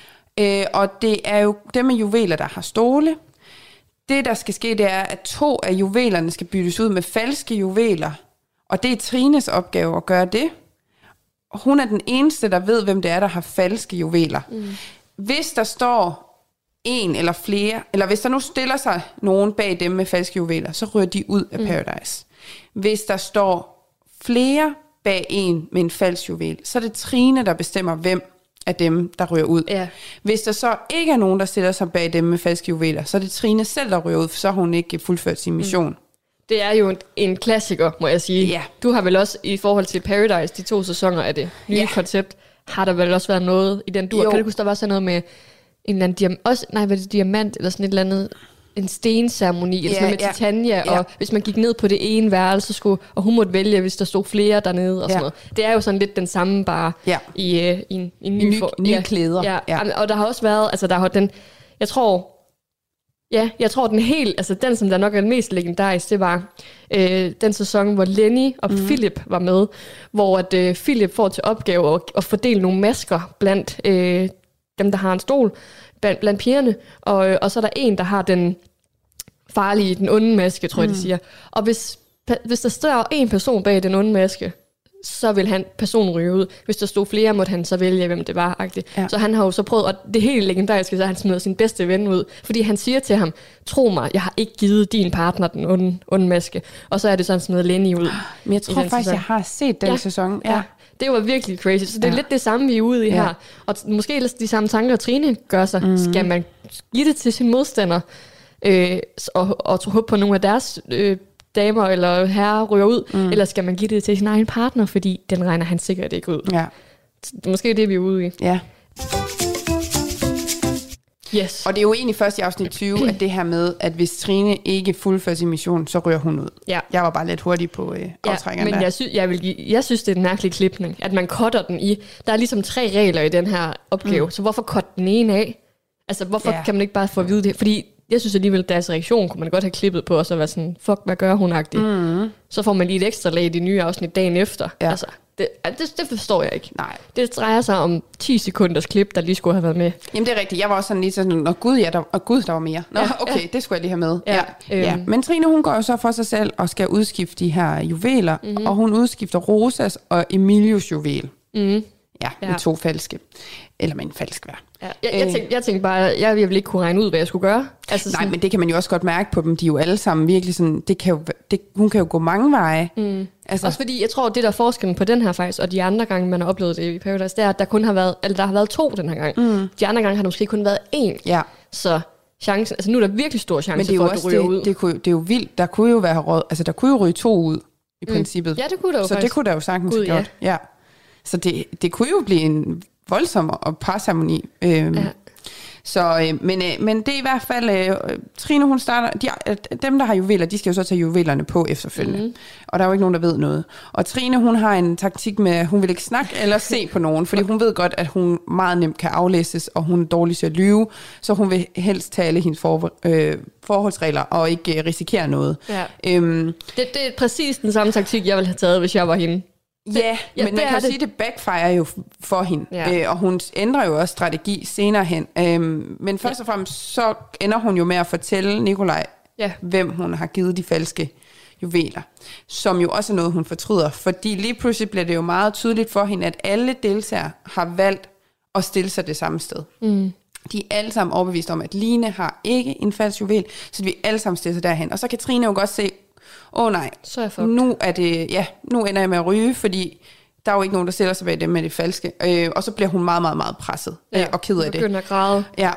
Og det er jo dem med juveler, der har stole. Det, der skal ske, det er, at 2 af juvelerne skal byttes ud med falske juveler. Og det er Trines opgave at gøre det. Hun er den eneste, der ved, hvem det er, der har falske juveler. Hvis der står en eller flere, eller hvis der nu stiller sig nogen bag dem med falske juveler, så ryger de ud af Paradise. Hvis der står flere bag en med en falsk juvel, så er det Trine, der bestemmer, hvem af dem, der ryger ud. Ja. Hvis der så ikke er nogen, der stiller sig bag dem med falske juveler, så er det Trine selv, der ryger ud, for så har hun ikke fuldført sin mission. Det er jo en klassiker, må jeg sige. Ja. Du har vel også, i forhold til Paradise, de 2 sæsoner af det nye koncept, har der vel også været noget i den dur. Kan det huske, der var sådan noget med en eller anden diamant, eller sådan et eller andet, en stenceremoni, eller sådan noget med Titania, og hvis man gik ned på det ene værelse, og hun måtte vælge, hvis der stod flere dernede, og sådan noget. Det er jo sådan lidt den samme, bare i nye klæder. Ja. Og der har også været, altså der har den, jeg tror den helt, altså den, som der nok er den mest legendarisk, det var den sæson, hvor Lenny og Philip var med, hvor at Philip får til opgave at fordele nogle masker blandt dem, der har en stol, blandt pigerne, og så er der en, der har den farlige, den onde maske, tror jeg, de siger. Og hvis der står en person bag den onde maske, så vil personen ryge ud. Hvis der stod flere, måtte han så vælge, hvem det var. Ja. Så han har jo så prøvet, og det helt legendariske, så han smider sin bedste ven ud, fordi han siger til ham, tro mig, jeg har ikke givet din partner den onde maske. Og så er det sådan smider Lenny ud. Men jeg tror faktisk, jeg har set den sæson. Ja. Det var virkelig crazy. Så det er lidt det samme, vi er ude i her. Og måske de samme tanker, Trine gør sig. Skal man give det til sin modstander, og håbe på nogle af deres damer eller herrer ryger ud, eller skal man give det til sin egen partner, fordi den regner han sikkert ikke ud. Ja. Måske det, vi er ude i. Ja. Yes. Og det er jo egentlig først i afsnit 20, at det her med, at hvis Trine ikke fuldfører sin mission, så ryger hun ud. Ja. Jeg var bare lidt hurtig på aftrækkerne men der. jeg synes, det er en mærkelig klipning, at man cutter den i. Der er ligesom 3 regler i den her opgave, så hvorfor cutte den ene af? Altså, hvorfor kan man ikke bare få at vide det? Fordi jeg synes alligevel, at deres reaktion kunne man godt have klippet på, og så være sådan, fuck, hvad gør hun-agtigt? Så får man lige et ekstra lag i de nye afsnit dagen efter. Ja. Altså, det forstår jeg ikke. Nej. Det drejer sig om 10 sekunders klip, der lige skulle have været med. Jamen det er rigtigt. Jeg var også sådan lige sådan, der var mere. Nå, okay, det skulle jeg lige have med. Ja. Men Trine, hun går jo så for sig selv og skal udskifte de her juveler, og hun udskifter Rosas og Emilios juvel. Ja, med 2 falske. Eller med en falsk hver. Ja. Jeg tænkte bare, jeg ville ikke kunne regne ud, hvad jeg skulle gøre. Altså, nej, men det kan man jo også godt mærke på dem. De er jo alle sammen virkelig sådan, hun kan jo gå mange veje. Altså. Også fordi, jeg tror, det der er forskellen på den her faktisk, og de andre gange, man har oplevet det i Paradise, det er, at der har været 2 den her gang. De andre gange har der måske kun været 1. Ja. Så chancen, altså nu er der virkelig stor chance for, at du ryger ud. Det er jo vildt. Der kunne jo være råd, altså der kunne jo ryge 2 ud, i princippet. Ja, det kunne der jo så faktisk. Det kunne der jo sagtens have gjort. Ja. Så det kunne jo blive en voldsom og parceremoni. Så, men det er i hvert fald, Trine, hun starter, dem der har juveler, de skal jo så tage juvelerne på efterfølgende. Og der er jo ikke nogen, der ved noget. Og Trine, hun har en taktik med, at hun vil ikke snakke eller se på nogen, fordi hun ved godt, at hun meget nemt kan aflæses, og hun er dårlig til at lyve, så hun vil helst tage alle hendes forholdsregler og ikke risikere noget. Ja. Det er præcis den samme taktik, jeg ville have taget, hvis jeg var hende. Ja, men man kan sige, at det backfire jo for hende, og hun ændrer jo også strategi senere hen. Men først og fremmest, så ender hun jo med at fortælle Nikolaj, hvem hun har givet de falske juveler, som jo også er noget, hun fortryder, fordi lige pludselig bliver det jo meget tydeligt for hende, at alle deltagere har valgt at stille sig det samme sted. De er alle sammen overbevist om, at Line har ikke en falsk juvel, så vi alle sammen stiller sig derhen. Og så kan Trine jo godt se, nej, nu er det, nu ender jeg med at ryge, fordi der er jo ikke nogen, der stiller sig bag dem med det falske. Og så bliver hun meget, meget, meget presset og ked af det. Begynder at græde. Ja.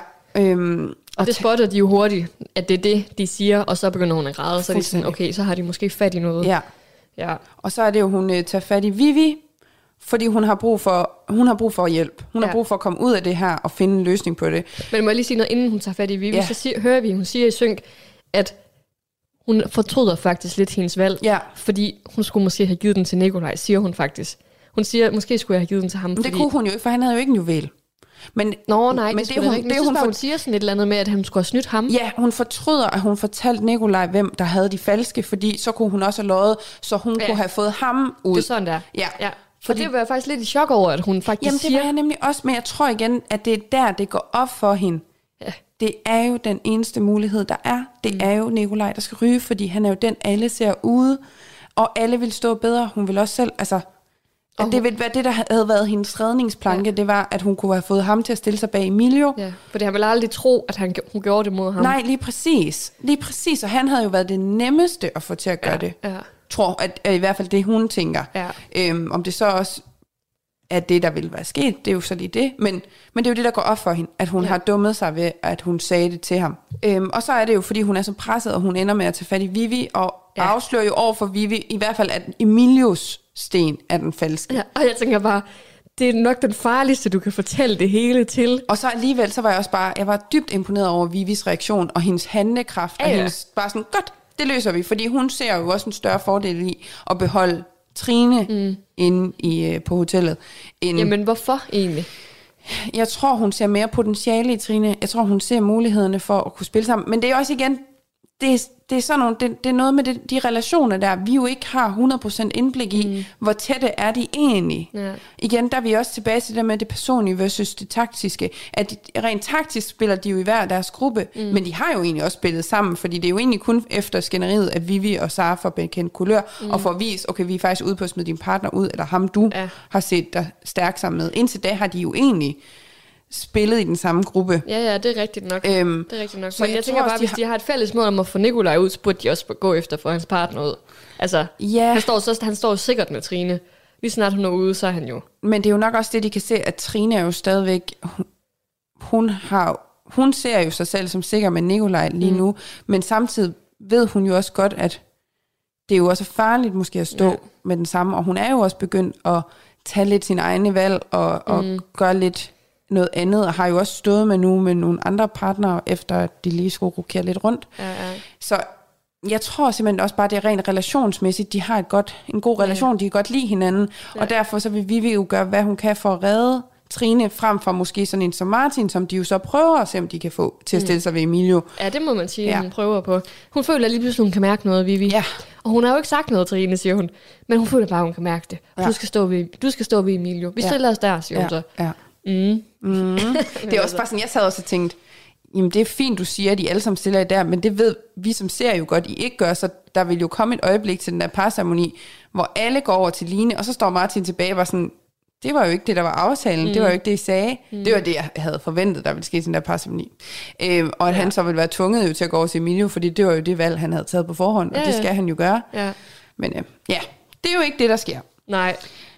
Og det spotter de jo hurtigt, at det er det, de siger, og så begynder hun at græde. Så er de sådan, okay, så har de måske fat i noget. Ja. Og så er det jo, hun tager fat i Vivi, fordi hun har brug for hjælp. Hun har brug for at komme ud af det her og finde en løsning på det. Men må jeg lige sige noget, inden hun tager fat i Vivi, så hører vi, hun siger i synk, at hun fortryder faktisk lidt hendes valg, fordi hun skulle måske have givet den til Nikolaj, siger hun faktisk. Hun siger, måske skulle jeg have givet den til ham. Men det kunne hun jo ikke, for han havde jo ikke en juvel. Men, nej, men hun siger sådan et eller andet med, at han skulle have snydt ham. Ja, hun fortryder, at hun fortalte Nikolaj, hvem der havde de falske, fordi så kunne hun også have løjet, så hun kunne have fået ham ud. Det er sådan der. Ja. Fordi, og det var jeg faktisk lidt i chok over, at hun faktisk siger... Jamen, det var jeg nemlig også, men jeg tror igen, at det er der, det går op for hende. Ja. Det er jo den eneste mulighed, der er. Det er jo Nikolaj, der skal ryge, fordi han er jo den, alle ser ude, og alle vil stå bedre. Hun vil også selv, altså... At det ville være det, der havde været hendes redningsplanke, det var, at hun kunne have fået ham til at stille sig bag Emilio. Ja, for det har vel aldrig tro, at hun gjorde det mod ham. Nej, lige præcis. Og han havde jo været det nemmeste at få til at gøre det. Ja. Tror, at i hvert fald det, hun tænker. Ja. Om det så også er det, der ville være sket, det er jo så lige det. Men det er jo det, der går op for hende, at hun har dummet sig ved, at hun sagde det til ham. Og så er det jo, fordi hun er så presset, og hun ender med at tage fat i Vivi, og afslører jo over for Vivi, i hvert fald, at Emilios sten er den falske. Ja, og jeg tænker bare, det er nok den farligste, du kan fortælle det hele til. Og så alligevel, så var jeg også bare, jeg var dybt imponeret over Vivis reaktion, og hendes handlekraft, og hendes bare sådan, godt, det løser vi, fordi hun ser jo også en større fordel i at beholde Trine inde på hotellet. Jamen, hvorfor egentlig? Jeg tror, hun ser mere potentiale i Trine. Jeg tror, hun ser mulighederne for at kunne spille sammen. Men det er også igen, det er sådan nogle, det er noget med de relationer der, vi jo ikke har 100% indblik i, hvor tætte er de egentlig. Ja. Igen, der er vi også tilbage til det med det personlige versus det taktiske. At rent taktisk spiller de jo i hver deres gruppe, men de har jo egentlig også spillet sammen, fordi det er jo egentlig kun efter skænderiet, at Vivi og Sara får bekendt kulør, og får vist, okay, vi er faktisk ude på at smide din partner ud, eller ham du har set dig stærk sammen med. Indtil da har de jo egentlig spillet i den samme gruppe. Ja, det er rigtigt nok. Det er rigtigt nok. Men jeg tænker bare, hvis de har et fælles mål om at få Nikolaj ud, så burde de også gå efter for hans partner ud. Altså, han står sikkert med Trine. lige snart hun er ude, så er han jo... Men det er jo nok også det, de kan se, at Trine er jo stadigvæk... Hun ser jo sig selv som sikker med Nikolaj lige nu, men samtidig ved hun jo også godt, at det er jo også farligt måske at stå med den samme, og hun er jo også begyndt at tage lidt sine egne valg og gøre lidt noget andet, og har jo også stået med nogle andre partnere, efter at de lige skulle rokere lidt rundt. Ja. Så jeg tror simpelthen også bare, det er rent relationsmæssigt, de har en god relation, de kan godt lide hinanden, og derfor så vil Vivi jo gøre, hvad hun kan for at redde Trine, frem for måske sådan en som Martin, som de jo så prøver at se, om de kan få til at stille sig ved Emilio. Ja, det må man sige, hun prøver på. Hun føler lige pludselig, hun kan mærke noget, Vivi. Ja. Og hun har jo ikke sagt noget, Trine, siger hun. Men hun føler bare, hun kan mærke det. Og du skal stå ved Emilio. Vi stiller os der, siger hun så. Ja. Det er også bare sådan, jeg sad også og tænkte, jamen det er fint, du siger, at de alle sammen stiller jer der, men det ved vi som ser jo godt, I ikke gør, så der vil jo komme et øjeblik til den der parceremoni, hvor alle går over til Line, og så står Martin tilbage og var sådan, det var jo ikke det, der var aftalen. Det var jo ikke det, I sagde. Det var det, jeg havde forventet, der ville ske til den der parceremoni. Og at han så ville være tvunget jo til at gå over til Emilio, fordi det var jo det valg, han havde taget på forhånd, og det skal han jo gøre. Ja. Men det er jo ikke det, der sker. Nej.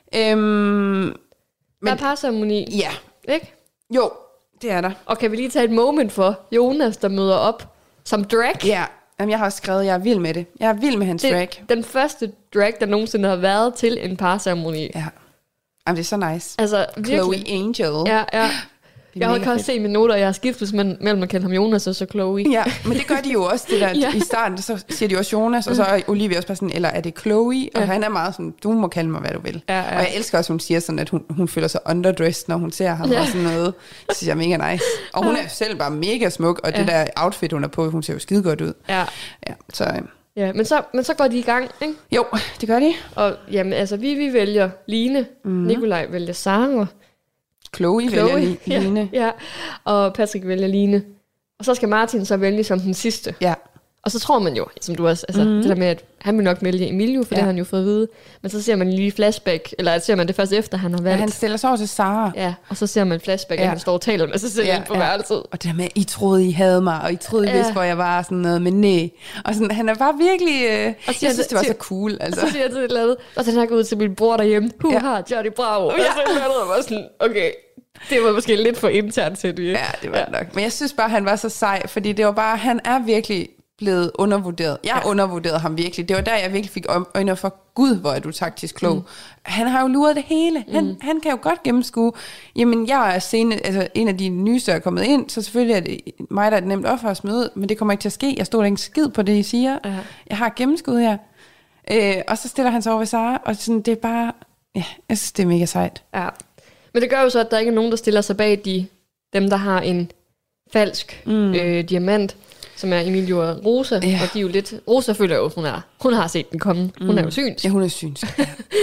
Men der er parceremoni. Ja. Ikke? Jo, det er der. Og kan vi lige tage et moment for Jonas, der møder op som drag? Ja. Jamen, jeg har også skrevet, jeg er vild med det. Jeg er vild med hans drag. Den første drag, der nogensinde har været til en parceremoni. Ja. Jamen, det er så nice. Altså, virkelig. Chloe Angel. Ja. Jeg kan også se mine noter, jeg har skiftet mellem at kalde ham Jonas og så Chloe. Ja, men det gør de jo også, det der i starten, så siger de også Jonas, og så er Olivia også bare sådan, eller er det Chloe? Og han er meget sådan, du må kalde mig, hvad du vil. Ja. Og jeg elsker også, hun siger sådan, at hun føler sig underdressed, når hun ser ham og sådan noget. Det synes jeg er mega nice. Og hun er selv bare mega smuk, og det der outfit, hun er på, hun ser jo skide godt ud. Ja, så... Ja, men så går de i gang, ikke? Jo, det gør de. Og jamen, altså, vi vælger Line, Nikolaj vælger Sara, Chloe vælger Line. Ja, og Patrick vælger Line. Og så skal Martin så vælge som den sidste. Ja. Og så tror man jo, som du også, altså det der med, at han vil nok vælge Emilio, for det har han jo fået at vide. Men så ser man lige flashback, eller ser man det først efter, han har valgt. Ja, han stiller sig over til Sara. Ja, og så ser man flashback, at han står og taler med sig selv på værelset. Og det der med, I troede, I havde mig, og I troede, I vidste, hvor jeg var, sådan noget med næ. Og sådan, han er bare virkelig, jeg synes, det var så cool. Altså. Og så siger han til et eller andet, og så den her går ud til min bror derhjemme, har Johnny Bravo. Og så var sådan, okay. Det var måske lidt for internt til det. Ja, det var nok. Men jeg synes bare, han var så sej, fordi det var bare, han er virkelig blevet undervurderet. Jeg undervurderede ham virkelig. Det var der, jeg virkelig fik øjne for, Gud, hvor er du taktisk klog. Han har jo luret det hele. Han kan jo godt gennemskue. Jamen, jeg er en af de nyeste, der er kommet ind, så selvfølgelig er det mig, der er et nemt offersmøde, men det kommer ikke til at ske. Jeg stod ikke skid på det, I siger. Jeg har gennemskuet her. Og så stiller han sig over ved Sara, og sådan, det er bare, jeg synes, det er mega sejt. Ja. Men det gør jo så, at der ikke er nogen, der stiller sig bag dem, der har en falsk diamant, som er Emilio og Rosa, og de er jo lidt... Rosa føler jo, hun har set den komme. Hun er jo synsk. Ja, hun er synsk.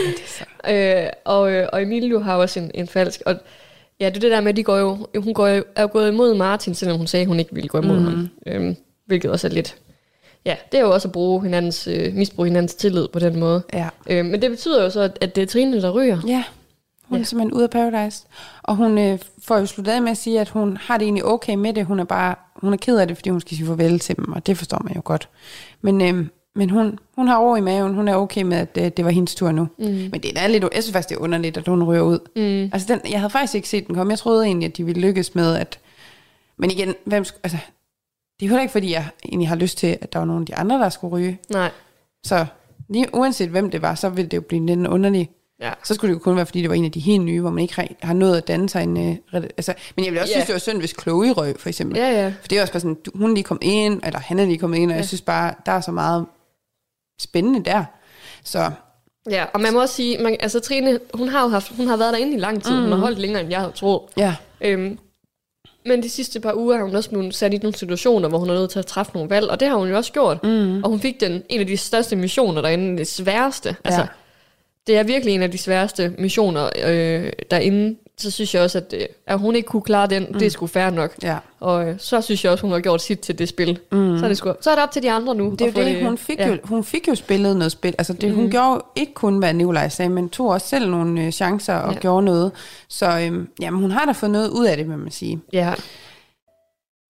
Og Emilio har også en falsk. Og ja, det er det der med, at hun er gået imod Martin, selvom hun sagde, at hun ikke ville gå imod ham. Hvilket også er lidt... Ja, det er jo også at misbruge hinandens tillid på den måde. Ja. Men det betyder jo så, at det er Trine, der ryger. Ja. Hun er simpelthen ude af Paradise. Og hun får jo sluttet af med at sige, at hun har det egentlig okay med det. Hun er ked af det, fordi hun skal sige farvel til dem, og det forstår man jo godt. Men hun har ro i maven. Hun er okay med, at det var hendes tur nu. Men det er lidt, jeg synes faktisk, det er underligt, at hun ryger ud. Altså jeg havde faktisk ikke set den komme. Jeg troede egentlig, at de ville lykkes med, at... Men igen, det er jo heller ikke, fordi jeg egentlig har lyst til, at der var nogle af de andre, der skulle ryge. Nej. Så lige uanset hvem det var, så ville det jo blive lidt underligt. Ja. Så skulle det jo kun være, fordi det var en af de helt nye, hvor man ikke har nået at danne sig en... men jeg vil også synes, det var synd, hvis Chloe røg, for eksempel. Ja. For det er også bare sådan, hun er lige kommet ind, eller han er lige kommet ind, og jeg synes bare, der er så meget spændende der. Så... Ja, og man må også sige, Trine, hun har været derinde i lang tid. Hun har holdt længere, end jeg havde troet. Ja. Men de sidste par uger har hun også blevet sat i nogle situationer, hvor hun er nødt til at træffe nogle valg, og det har hun jo også gjort. Og hun fik en af de største missioner derinde, det sværeste. Altså, det er virkelig en af de sværeste missioner derinde. Så synes jeg også, at hun ikke kunne klare den. Det er sgu fair nok. Ja. Og så synes jeg også, hun har gjort sit til det spil. Så er det op til de andre nu. Det er jo det, hun fik jo spillet noget spil. Altså hun gjorde ikke kun, hvad Nikolaj sagde, men tog også selv nogle chancer og gjorde noget. Så hun har da fået noget ud af det, vil man sige. Ja.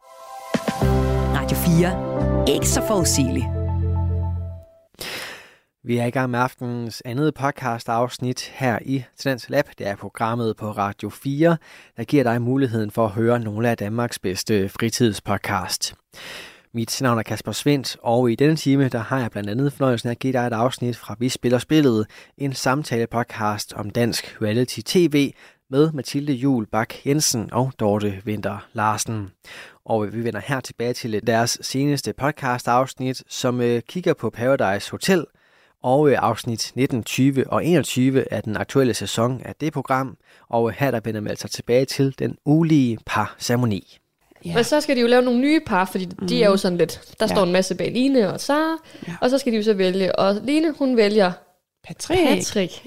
Radio 4. Ikke så forudsigeligt. Vi er i gang med aftenens andet podcast-afsnit her i Talents Lab. Det er programmet på Radio 4, der giver dig muligheden for at høre nogle af Danmarks bedste fritidspodcast. Mit navn er Kasper Svendt, og i denne time der har jeg blandt andet fornøjelsen af at give dig et afsnit fra Vi Spiller Spillet, en samtale-podcast om dansk reality-tv med Mathilde Juhl Bak Jensen og Dorte Winther Larsen. Og vi vender her tilbage til deres seneste podcast-afsnit, som kigger på Paradise Hotel, og afsnit 19, 20 og 21 af den aktuelle sæson af det program. Og her der vender vi altså tilbage til den ulige par-ceremoni. Yeah. Men så skal de jo lave nogle nye par, fordi de er jo sådan lidt, der står en masse bag Line og Sara, og så skal de jo så vælge, og Line hun vælger Patrick.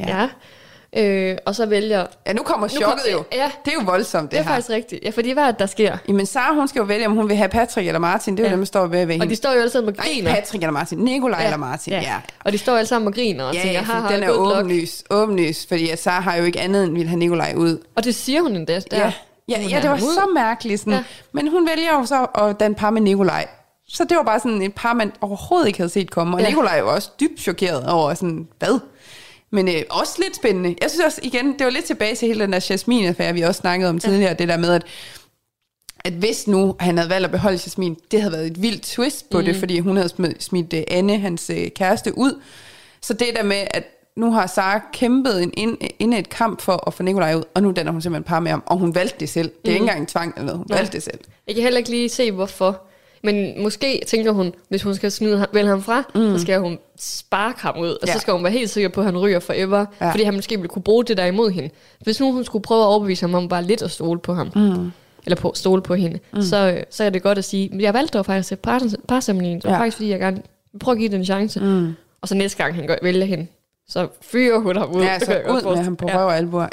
Og så vælger... Ja, nu kommer chokket jo. Ja. Det er jo voldsomt, det her. Det er faktisk rigtigt. Ja, fordi hvad er det, der sker? Jamen, Sara, hun skal jo vælge, om hun vil have Patrick eller Martin. Det er jo dem, der står ved hende. Og de står jo alle sammen og griner. Nej, Patrick eller Martin. Nikolaj eller Martin, ja. Og de står alle sammen og griner og tænker, den er åbenlys, fordi Sara har jo ikke andet end vil have Nikolaj ud. Og det siger hun endda. Ja, det var så mærkeligt. Sådan. Ja. Men hun vælger jo så at danne par med Nikolaj. Så det var bare sådan et par, man overhovedet ikke havde set komme. Og Nikolaj var også dybt chokeret over sådan, hvad? Men også lidt spændende. Jeg synes også, igen, det var lidt tilbage til hele den der Jasmin-affære, vi også snakkede om tidligere. Det der med, at hvis nu han havde valgt at beholde Jasmin, det havde været et vildt twist på det, fordi hun havde smidt Anne, hans kæreste, ud. Så det der med, at nu har Sara kæmpet en et kamp for at få Nikolaj ud, og nu danner hun simpelthen par med ham, og hun valgte det selv. Det er ikke engang en tvang eller noget, hun valgte det selv. Jeg kan heller ikke lige se, hvorfor. Men måske tænker hun, hvis hun skal vælge ham fra, så skal hun sparke ham ud, og så skal hun være helt sikker på, at han ryger forever, fordi han måske ville kunne bruge det der imod hende. Hvis nu hun skulle prøve at overbevise ham om bare lidt at stole på ham, eller stole på hende, så er det godt at sige, jeg valgte dog faktisk parceremonien, det var faktisk fordi, jeg gerne vil prøve at give det en chance. Og så næste gang han vælger hende, så fyrer hun ham ud. Ja, så ud med ham på røv og albuer.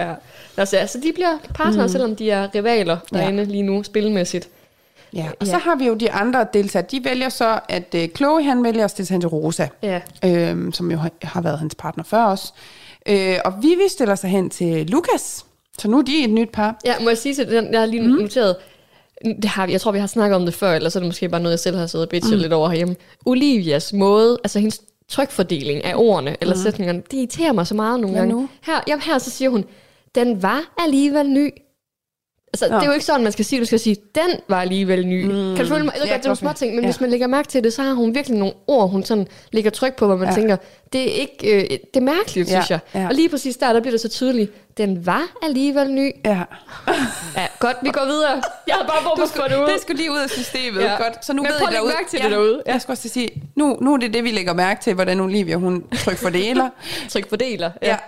Så de bliver partnere, selvom de er rivaler derinde lige nu, spilmæssigt. Ja, og så har vi jo de andre deltagere. De vælger så, at Chloe, han vælger at stille sig hen til Rosa, som jo har været hans partner før også. Og Vivi stiller sig hen til Lukas, så nu er de et nyt par. Ja, må jeg sige til den, jeg har lige noteret, jeg tror, vi har snakket om det før, eller så er det måske bare noget, jeg selv har siddet og bitchet lidt over herhjemme. Olivias måde, altså hendes trykfordeling af ordene eller sætningerne, det irriterer mig så meget nogle gange. Her så siger hun, den var alligevel ny. Altså, det er jo ikke sådan, man skal sige. Du skal sige, den var alligevel ny. Kan du følge mig? Jeg ved godt, det er nogle små ting, men hvis man lægger mærke til det, så har hun virkelig nogle ord, hun sådan lægger tryk på, hvor man tænker, det er ikke, det er mærkeligt, synes jeg. Ja. Og lige præcis der bliver det så tydeligt, den var alligevel ny. Ja, godt, vi går videre. Jeg har bare brug for det ud. Det skulle lige ud af systemet. Godt. Så nu men ved I derude. Mærke til det derude. Jeg skal også sige, nu er det vi lægger mærke til, hvordan Olivia, hun trykfordeler. Trykfordeler,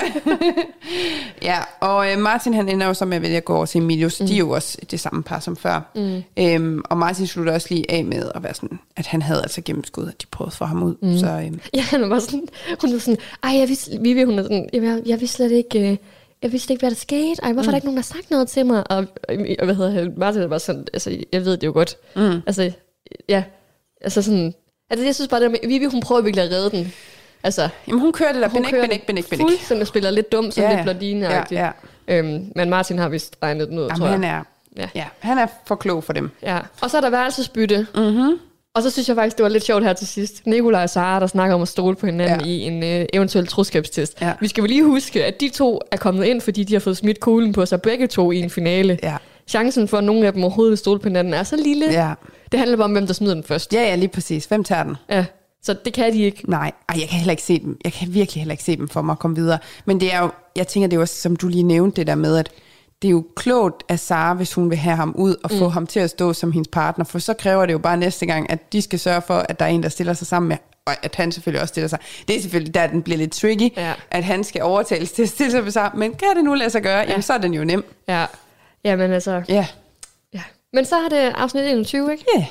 ja, og Martin, han ender jo så med at vælge at gå over til Emilius. De er jo også det samme par som før. Og Martin slutter også lige af med at være sådan, at han havde altså gennemskud, at de prøvede at få ham ud. Så, ja, han var sådan, hun var sådan, jeg vidste slet ikke... Jeg vidste ikke, hvad der skete. Hvorfor er der ikke nogen, der har sagt noget til mig? Og hvad hedder han? Martin var sådan, altså, jeg ved det jo godt. Altså, ja. Altså sådan, altså, jeg synes bare, at Vivi, hun prøver virkelig at redde den. Altså, jamen, hun kører det der, benik. Fuldstændig spiller lidt dumt, sådan lidt Blondine-agtigt. Men Martin har vist regnet den ud, tror jeg. Han er for klog for dem. Ja. Og så er der værelsesbytte. Og så synes jeg faktisk, det var lidt sjovt her til sidst. Nikolaj og Sara, der snakker om at stole på hinanden i en eventuel troskabstest. Ja. Vi skal vel lige huske, at de to er kommet ind, fordi de har fået smidt kuglen på sig begge to i en finale. Ja. Chancen for, at nogen af dem overhovedet vil stole på hinanden, er så lille. Ja. Det handler bare om, hvem der smider den først. Ja, lige præcis. Hvem tager den? Ja, så det kan de ikke. Nej, jeg kan heller ikke se dem. Jeg kan virkelig heller ikke se dem for mig at komme videre. Men det er jo, jeg tænker, det er jo også, som du lige nævnte, det der med, at det er jo klogt af Sara, hvis hun vil have ham ud og få ham til at stå som hendes partner, for så kræver det jo bare næste gang, at de skal sørge for, at der er en, der stiller sig sammen med, og at han selvfølgelig også stiller sig. Det er selvfølgelig der, den bliver lidt tricky, at han skal overtales til at stille sig sammen, men kan det nu lade sig gøre, jamen så er den jo nem. Ja, men altså... Ja. Men så er det afsnit 21, ikke? Ja.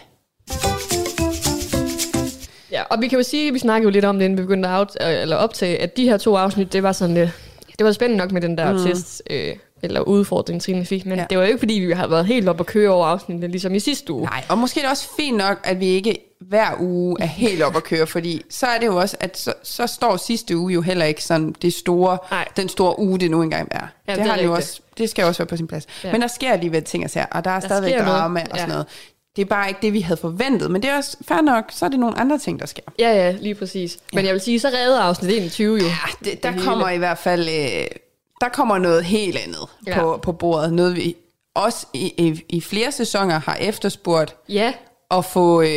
Ja, og vi kan jo sige, vi snakkede jo lidt om det, inden vi begyndte at optage, at de her 2 afsnit, det var sådan lidt... Det var spændende nok med den der test... eller udfordring, Trine fik, men det var jo ikke, fordi vi har været helt op at køre over afsnittet, ligesom i sidste uge. Nej, og måske er det også fint nok, at vi ikke hver uge er helt op at køre, fordi så er det jo også, at så står sidste uge jo heller ikke sådan den store uge, det nu engang er. Ja, det har det jo også, det skal også være på sin plads. Ja. Men der sker alligevel ting og sager, og der er stadigvæk drama og sådan noget. det er bare ikke det, vi havde forventet. Men det er også fair nok, så er det nogle andre ting, der sker. Ja, lige præcis. Men jeg vil sige, så redder afsnit 21 jo. Ja, der kommer i hvert fald der kommer noget helt andet på bordet. Noget vi også i flere sæsoner har efterspurgt. Ja. At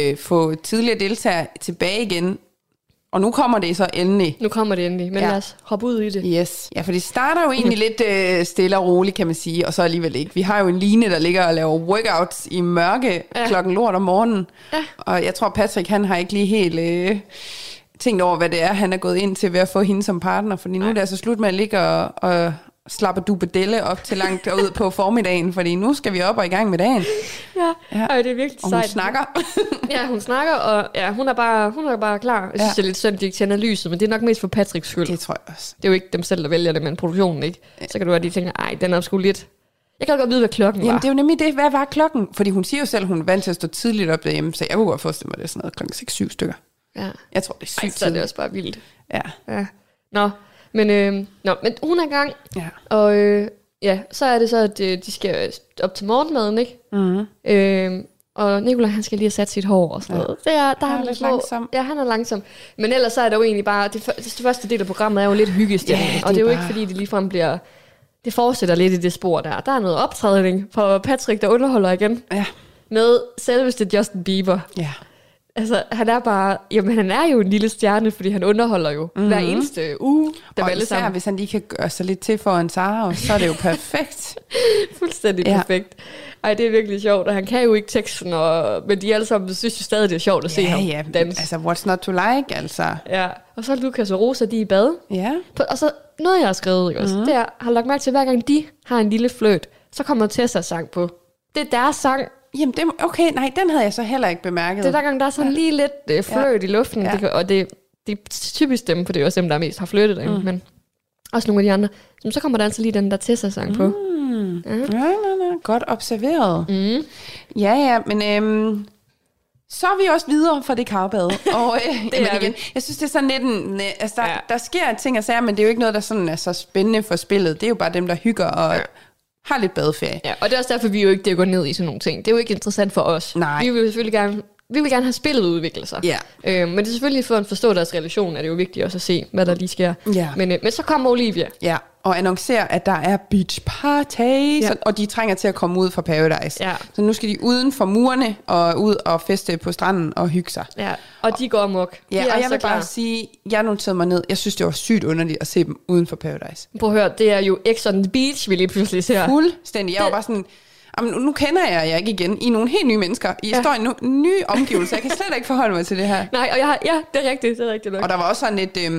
få tidligere deltagere tilbage igen. Og nu kommer det så endelig. Men lad os hoppe ud i det. Yes. Ja, for det starter jo egentlig lidt stille og roligt, kan man sige, og så alligevel ikke. Vi har jo en Line, der ligger og laver workouts i mørke klokken lort om morgenen. Ja. Og jeg tror, Patrick, han har ikke lige helt tænkt over, hvad det er, han er gået ind til ved at få hende som partner. Fordi nu er det altså slut med at ligge og slappe dubedelle op til langt ud på formiddagen, fordi nu skal vi op og i gang med dagen. Ja. Og det er virkelig og sejt. Hun snakker. Ja, hun snakker, og ja, hun er bare klar. Jeg synes, det er lidt synd, at de ikke tænder lyset, men det er nok mest for Patricks skyld. Det tror jeg også. Det er jo ikke dem selv, der vælger det, men produktionen ikke. Så kan det være, at de tænker, ej, den er sgu lidt... Jeg kan godt vide, hvad klokken var. Jamen, det er jo nemlig det. Hvad var klokken? Fordi hun siger jo selv, at hun er vant til at stå tidligt op derhjemme, så jeg kunne godt forestille mig, at det er sådan noget klokken 6-7 stykker. Ja. Jeg tror, det er sygt tidligt. Så er det også bare vildt. Ja. Nå, men hun er i gang. Ja. Og så er det så, at de skal op til morgenmaden, ikke? Mm-hmm. Og Nicolaj, han skal lige have sat sit hår og sådan noget. Han er lidt langsom. Ja, han er langsom. Men ellers så er det jo egentlig bare, det første del af programmet er jo lidt hyggestemning. Ja, og det er jo ikke, fordi det ligefrem bliver... Det fortsætter lidt i det spor der. Der er noget optrædning for Patrick, der underholder igen. Ja. Med selveste Justin Bieber. Ja. Altså, han er bare... Jamen, han er jo en lille stjerne, fordi han underholder jo hver eneste uge. Og især, hvis han lige kan gøre sig lidt til foran Sara, så er det jo perfekt. Fuldstændig perfekt. Ej, det er virkelig sjovt, og han kan jo ikke teksten, men de alle sammen synes jo stadig, det er sjovt at se ham danse. Altså, what's not to like, altså. Ja, og så Lukas og Rosa, de er i bad. Ja. Og så noget, jeg har skrevet, ikke også, det er, har lagt mærke til, hver gang de har en lille fløjt, så kommer Tessa sang på. Det er deres sang. Jamen, okay, nej, den havde jeg så heller ikke bemærket. Det er hver gang, der er sådan lige lidt fløjt i luften, og det er typisk dem, for det er også dem, der mest har flyttet derinde, men også nogle af de andre. Så kommer der altså lige den der Tessa-sang på. Ja. Godt observeret. Ja, men så er vi også videre fra det karbad. Og igen, jeg synes, det er sådan lidt altså, der sker ting og sager, men det er jo ikke noget, der sådan er så spændende for spillet. Det er jo bare dem, der hygger og har lidt badeferie. Ja, og det er også derfor, vi jo ikke dykker ned i sådan nogle ting. Det er jo ikke interessant for os. Nej. Vi vil selvfølgelig gerne have spillet udvikle sig. Ja. Men det er selvfølgelig for at forstå deres relation, er det jo vigtigt også at se, hvad der lige sker. Ja. Men så kommer Olivia. Ja, og annoncerer, at der er beach party, og de trænger til at komme ud fra Paradise. Ja. Så nu skal de uden for murene og ud og feste på stranden og hygge sig. Ja, og de går amok. Ja, og jeg vil bare sige, jeg noterede mig ned, jeg synes, det var sygt underligt at se dem uden for Paradise. Prøv at høre, det er jo X on the Beach, vi lige pludselig ser. Fuldstændig. Jeg var bare sådan... Nu kender jeg jer ikke igen. I er nogle helt nye mennesker. I står i nye omgivelser. Jeg kan slet ikke forholde mig til det her. Nej, og det er rigtigt nok. Og der var også sådan et,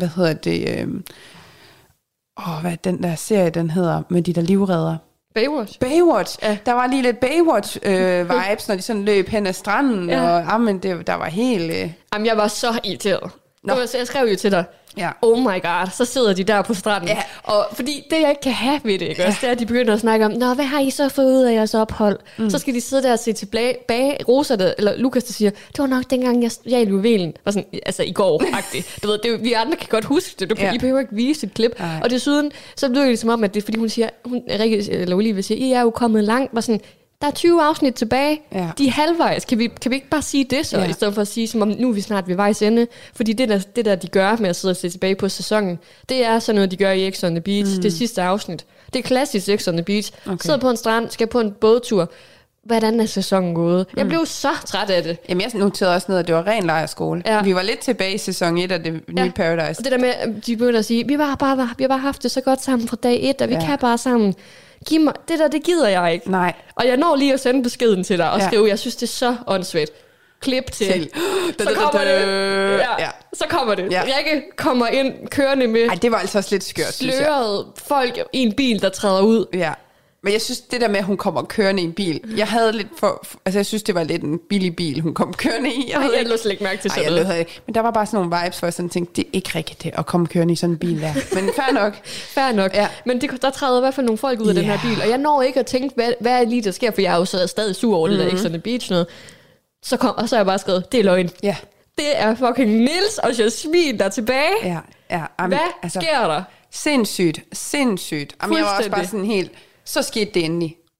hvad den der serie, den hedder, med de der livredder. Baywatch. Ja. Der var lige lidt Baywatch-vibes, når de sådan løb hen ad stranden, og der var helt... Jamen, jeg var så irriteret. Jeg skrev jo til dig, oh my god, så sidder de der på stranden. Ja. Og fordi det, jeg ikke kan have ved det, ikke? Også, det er, at de begynder at snakke om, hvad har I så fået ud af jeres ophold? Så skal de sidde der og se tilbage. Rosa, eller Lukas, der siger, det var nok dengang, jeg stjal juvelen. Var sådan, altså i går-agtigt. Du ved, vi andre kan godt huske det. I behøver ikke vise et klip. Ej. Og desuden, så lyder det som om, at det er, fordi hun siger, Olivia siger, I er jo kommet langt. Var sådan, der er 20 afsnit tilbage. Ja. De er halvvejs. Kan vi ikke bare sige det så, i stedet for at sige, som om nu er vi snart ved vejs ende? Fordi det der, de gør med at sidde og se tilbage på sæsonen, det er sådan noget, de gør i X on the Beach. Det sidste afsnit. Det er klassisk X on the Beach. Okay. Sidder på en strand, skal på en bådtur. Hvordan er sæsonen gået? Jeg blev så træt af det. Jamen, jeg noterede også noget, at det var ren lejrskole. Ja. Vi var lidt tilbage i sæson 1 af det nye Paradise. Og det der med, de begynder at sige, vi har bare haft det så godt sammen fra dag 1, og vi kan bare sammen. Giv mig, det gider jeg ikke. Nej. Og jeg når lige at sende beskeden til dig og skrive, jeg synes, det er så åndssvagt. Klip til. Så kommer det. Så kommer det. Rikke kommer ind, kørende med... Ej, det var altså også lidt skørt, slørede folk i en bil, der træder ud. Ja. Men jeg synes, det der med, at hun kommer kørende i en bil, jeg havde lidt altså jeg synes, det var lidt en billig bil, hun kom kørende i. Jeg lå slet ikke mærke til sådan noget. Men der var bare sådan nogle vibes, hvor jeg sådan tænkte, det er ikke rigtigt at komme kørende i sådan en bil der. Men fair nok. Ja. Men der træder i hvert fald nogle folk ud af den her bil, og jeg når ikke at tænke, hvad er lige der sker, for jeg er jo så stadig sur over det der X on the Beach noget. Og så har jeg bare skrevet, det er løgn. Ja. Det er fucking Niels og Jasmin, der er tilbage. Ja. Hvad sker der? Sindssygt. Jamen, jeg var også bare sådan helt... Så skete det endelig.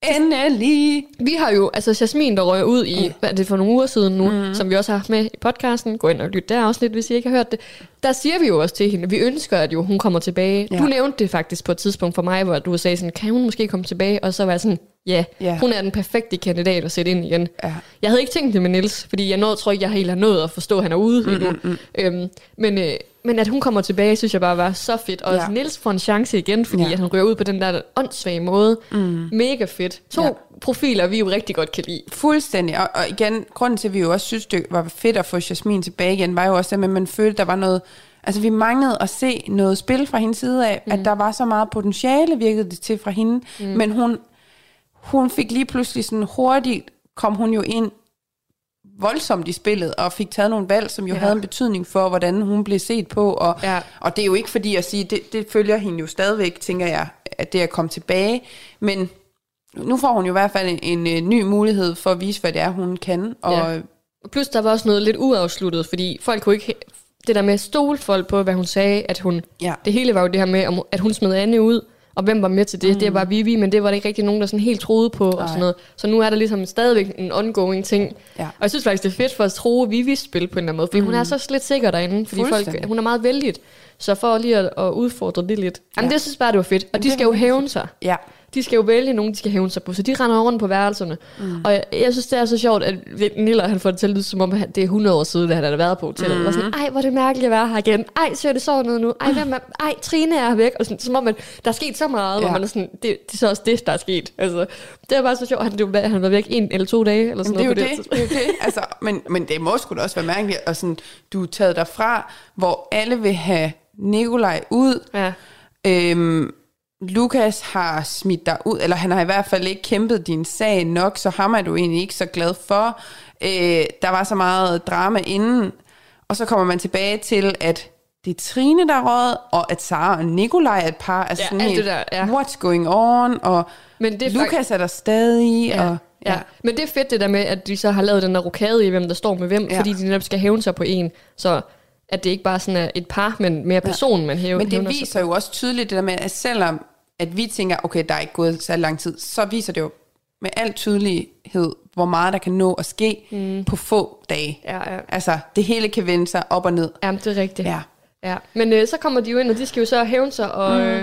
Endelig. Vi har jo, altså Jasmin, der røg ud i, hvad er det for nogle uger siden nu, som vi også har haft med i podcasten. Gå ind og lyt der afsnit, hvis I ikke har hørt det. Der siger vi jo også til hende, vi ønsker, at jo hun kommer tilbage. Ja. Du nævnte det faktisk på et tidspunkt for mig, hvor du sagde sådan, kan hun måske komme tilbage? Og så var jeg sådan, ja, hun er den perfekte kandidat at sætte ind igen. Ja. Jeg havde ikke tænkt det med Niels, fordi tror ikke, jeg helt har nået at forstå, at han er ude endnu. Men at hun kommer tilbage, synes jeg bare var så fedt. Og at Niels får en chance igen, fordi at han ryger ud på den der åndssvage måde. Mega fedt. 2 profiler, vi jo rigtig godt kan lide. Fuldstændig. Og igen, grunden til, at vi jo også synes, det var fedt at få Jasmin tilbage igen, var jo også, at man følte, der var noget... Altså, vi manglede at se noget spil fra hendes side af, at der var så meget potentiale, virkede det til fra hende. Men hun fik lige pludselig sådan hurtigt, kom hun jo ind voldsomt i spillet, og fik taget nogle valg, som jo havde en betydning for, hvordan hun blev set på, og det er jo ikke fordi at sige, det følger hende jo stadigvæk, tænker jeg, at det er at komme tilbage, men nu får hun jo i hvert fald en ny mulighed for at vise, hvad det er, hun kan. Og plus der var også noget lidt uafsluttet, fordi folk kunne ikke, det der med at stole folk på, hvad hun sagde, at hun, det hele var jo det her med, at hun smed Anne ud, og hvem var med til det? Det var Vivi, men det var der ikke rigtig nogen, der sådan helt troede på. Og sådan noget. Så nu er der ligesom stadigvæk en ongoing ting. Ja. Og jeg synes faktisk, det er fedt for at tro Vivis spil på en eller anden måde. Fordi hun er så lidt sikker derinde. Fordi hun er meget vældigt. Så for lige at udfordre det lidt. Jamen det synes bare, det var fedt. Og de skal jo hævne sig. Ja. De skal jo vælge nogen, de skal hævne sig på. Så de render rundt på værelserne. Og jeg synes, det er så sjovt, at Niller, han får det til at lyde, som om det er 100 år siden, at han har været på hotellet. Og sådan, ej, hvor er det mærkeligt at være her igen. Ej, ser det sådan noget nu. Ej, Trine er væk. Og sådan, som om, at der er sket så meget, hvor man er sådan, det er så også det, der er sket. Altså, det er bare så sjovt, at han var væk 1 eller 2 dage. Eller sådan noget. Det er jo det. Altså, men det må sgu da også være mærkeligt. Og sådan, du er taget derfra, hvor alle vil have Nikolaj ud. Ja. Lukas har smidt dig ud, eller han har i hvert fald ikke kæmpet din sag nok, så ham er du egentlig ikke så glad for. Der var så meget drama inden, og så kommer man tilbage til, at det er Trine, der er røget, og at Sara og Nikolaj er et par. Altså sådan helt, what's going on? Og men det Lukas er der stadig. Ja. Ja, men det er fedt det der med, at de så har lavet den der rokade i, hvem der står med hvem, fordi de netop skal hævne sig på en, så at det ikke bare sådan er et par, men mere personen, man hævner. Men det viser jo også tydeligt det der med, at selvom at vi tænker, okay, der er ikke gået så lang tid, så viser det jo med al tydelighed, hvor meget der kan nå at ske på få dage. Ja. Altså, det hele kan vende sig op og ned. Jamen, det er rigtigt. Ja. Men så kommer de jo ind, og de skal jo så hævne sig, og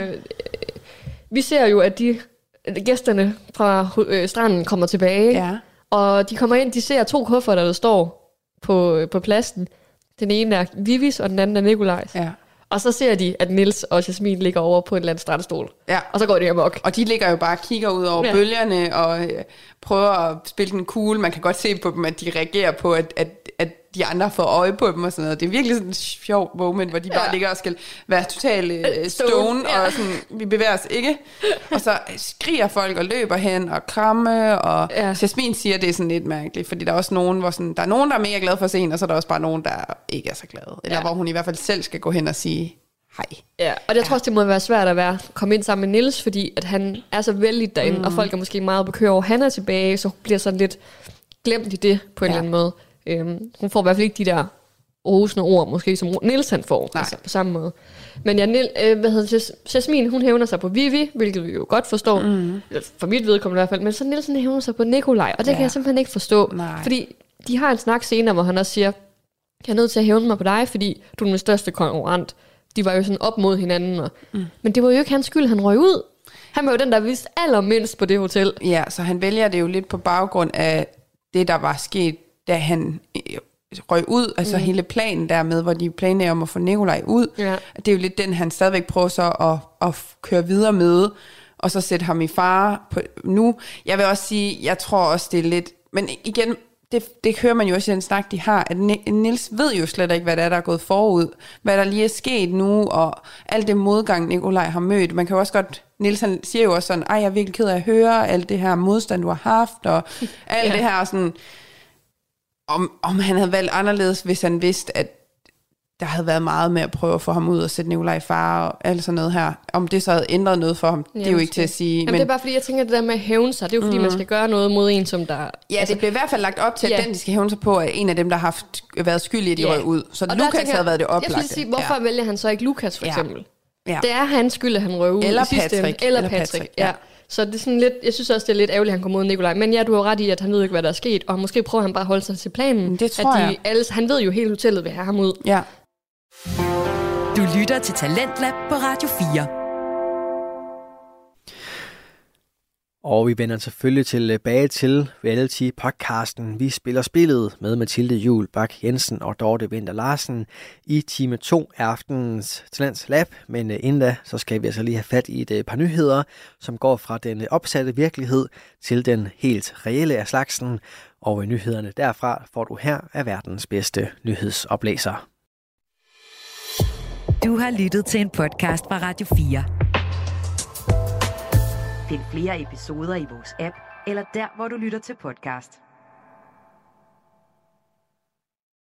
vi ser jo, at gæsterne fra stranden kommer tilbage, og de kommer ind, de ser 2 kufferter, der står på pladsen. Den ene er Vivis, og den anden er Nikolajs. Ja. Og så ser de, at Niels og Jasmin ligger over på en eller anden strandstol. Ja. Og så går de amok. Og de ligger jo bare og kigger ud over bølgerne, og prøver at spille den cool. Man kan godt se på dem, at de reagerer på, at de andre får øje på dem og sådan noget. Det er virkelig sådan en sjov moment, hvor de bare ligger og skal være totalt stone, og sådan, vi bevæger os ikke. Og så skriger folk og løber hen og kramme, og Jasmin siger, det er sådan lidt mærkeligt, fordi der er også nogen, hvor sådan, der er nogen, der er mega glade for at se hende, og så er der også bare nogen, der ikke er så glade. Eller hvor hun i hvert fald selv skal gå hen og sige hej. Ja, og jeg tror også, det må være svært at komme ind sammen med Niels, fordi at han er så vældig derinde, og folk er måske meget bekymret over, han er tilbage, så bliver sådan lidt glemt i det på en eller anden måde. Hun får i hvert fald ikke de der rosende ord, måske som Niels han får, altså på samme måde. Men Jasmin, hun hævner sig på Vivi, hvilket vi jo godt forstår, for mit vedkommende i hvert fald, men så Nielsen hævner sig på Nikolaj, og det kan jeg simpelthen ikke forstå, fordi de har en snak senere, hvor han også siger, jeg er nødt til at hævne mig på dig, fordi du er den største konkurrent. De var jo sådan op mod hinanden, men det var jo ikke hans skyld, han røg ud. Han var jo den, der vidste allermindst på det hotel. Ja, så han vælger det jo lidt på baggrund af det, der var sket, da han røg ud, altså hele planen dermed, hvor de planer om at få Nikolaj ud. Ja. Det er jo lidt den, han stadigvæk prøver så at køre videre med, og så sætte ham i fare på nu. Jeg vil også sige, jeg tror også, det er lidt, men igen, det hører man jo også i den snak, de har, at Niels ved jo slet ikke, hvad der er gået forud, hvad der lige er sket nu, og alt det modgang, Nikolaj har mødt. Man kan jo også godt, Niels han siger jo også sådan, jeg er virkelig ked af at høre alt det her modstand, du har haft, og alt det her sådan, om han havde valgt anderledes, hvis han vidste, at der havde været meget med at prøve at få ham ud og sætte Nikolaj i fare og alt sådan noget her. Om det så havde ændret noget for ham, det er jo ikke til at sige. Jamen, men det er bare fordi, jeg tænker, at det der med at hævne sig, det er jo fordi, man skal gøre noget mod en, som der... Ja, altså, det bliver i hvert fald lagt op til, at den, de skal hævne sig på, er en af dem, der har været skyldige, at de røg ud. Så Lukas havde været det oplagte. Jeg vil sige, hvorfor vælger han så ikke Lukas, for eksempel? Ja. Det er hans skyld, at han røg ud. Eller Patrick. Eller Patrick, ja. Så det er sådan lidt, jeg synes også, det er lidt ærgerligt, at han kommer ud, Nikolaj. Men ja, du har ret i, at han ved ikke, hvad der er sket. Og måske prøver han bare at holde sig til planen. Det tror jeg. Han ved jo, hele hotellet vil have ham ud. Ja. Du lytter til Talentlab på Radio 4. Og vi vender selvfølgelig tilbage til reality-podcasten Vi spiller spillet med Mathilde Juhl Bak Jensen og Dorte Winther Larsen i time 2 af aftenens Talentlab. Men inden da, så skal vi altså lige have fat i et par nyheder, som går fra den opsatte virkelighed til den helt reelle af slagsen. Og i nyhederne derfra får du her af verdens bedste nyhedsoplæser. Du har lyttet til en podcast fra Radio 4. Find flere episoder i vores app, eller der, hvor du lytter til podcast.